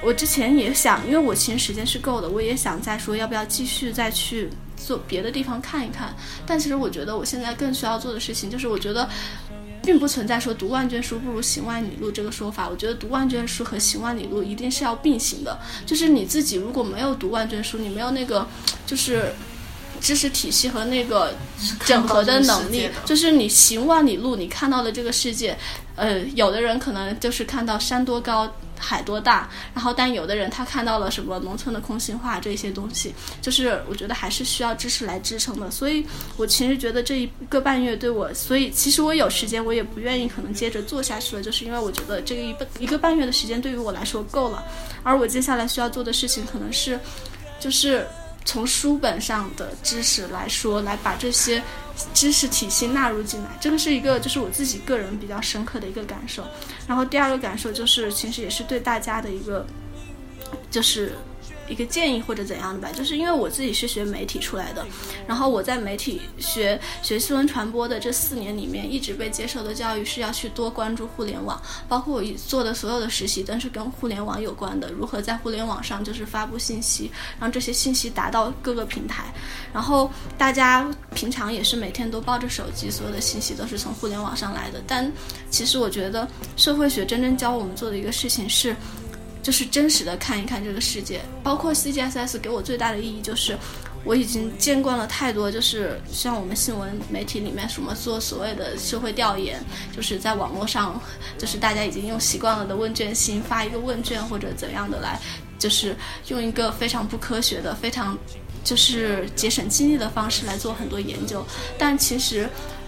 我之前也想，因为我其实时间是够的，我也想再说要不要继续再去做别的地方看一看。但其实我觉得我现在更需要做的事情就是，我觉得并不存在说读万卷书不如行万里路这个说法。我觉得读万卷书和行万里路一定是要并行的。就是你自己如果没有读万卷书，你没有那个就是知识体系和那个整合的能力，就是你行万里路，你看到的这个世界，有的人可能就是看到山多高海多大，然后但有的人他看到了什么农村的空心化这些东西，就是我觉得还是需要知识来支撑的。所以我其实觉得这1个半月对我，所以其实我有时间我也不愿意可能接着做下去了，就是因为我觉得这个一个半月的时间对于我来说够了，而我接下来需要做的事情可能是就是从书本上的知识来说，来把这些知识体系纳入进来，这个是一个就是我自己个人比较深刻的一个感受。然后第二个感受就是其实也是对大家的一个就是一个建议或者怎样的吧，就是因为我自己是学媒体出来的，然后我在媒体学新闻传播的这4年里面，一直被接受的教育是要去多关注互联网，包括我做的所有的实习都是跟互联网有关的，如何在互联网上就是发布信息，让这些信息达到各个平台。然后大家平常也是每天都抱着手机，所有的信息都是从互联网上来的。但其实我觉得社会学真正教我们做的一个事情是就是真实的看一看这个世界。包括 CGSS 给我最大的意义就是我已经见惯了太多，就是像我们新闻媒体里面什么做所谓的社会调研，就是在网络上就是大家已经用习惯了的问卷型发一个问卷或者怎样的来，就是用一个非常不科学的非常就是节省精力的方式来做很多研究。但其实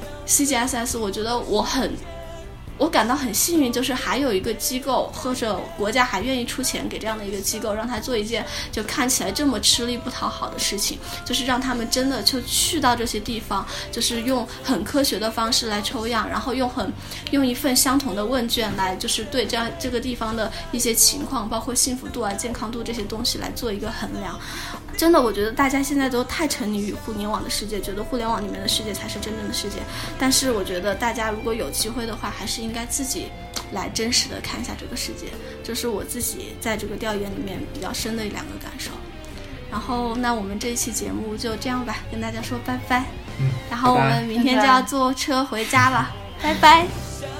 CGSS 我觉得我感到很幸运，就是还有一个机构或者国家还愿意出钱给这样的一个机构，让他做一件就看起来这么吃力不讨好的事情，就是让他们真的就去到这些地方，就是用很科学的方式来抽样，然后用一份相同的问卷来就是对这个地方的一些情况，包括幸福度啊健康度这些东西来做一个衡量。真的我觉得大家现在都太沉溺于互联网的世界，觉得互联网里面的世界才是真正的世界，但是我觉得大家如果有机会的话，还是应该自己来真实的看一下这个世界，这是我自己在这个调研里面比较深的2个感受。然后那我们这一期节目就这样吧，跟大家说拜拜。然后我们明天就要坐车回家了，拜拜。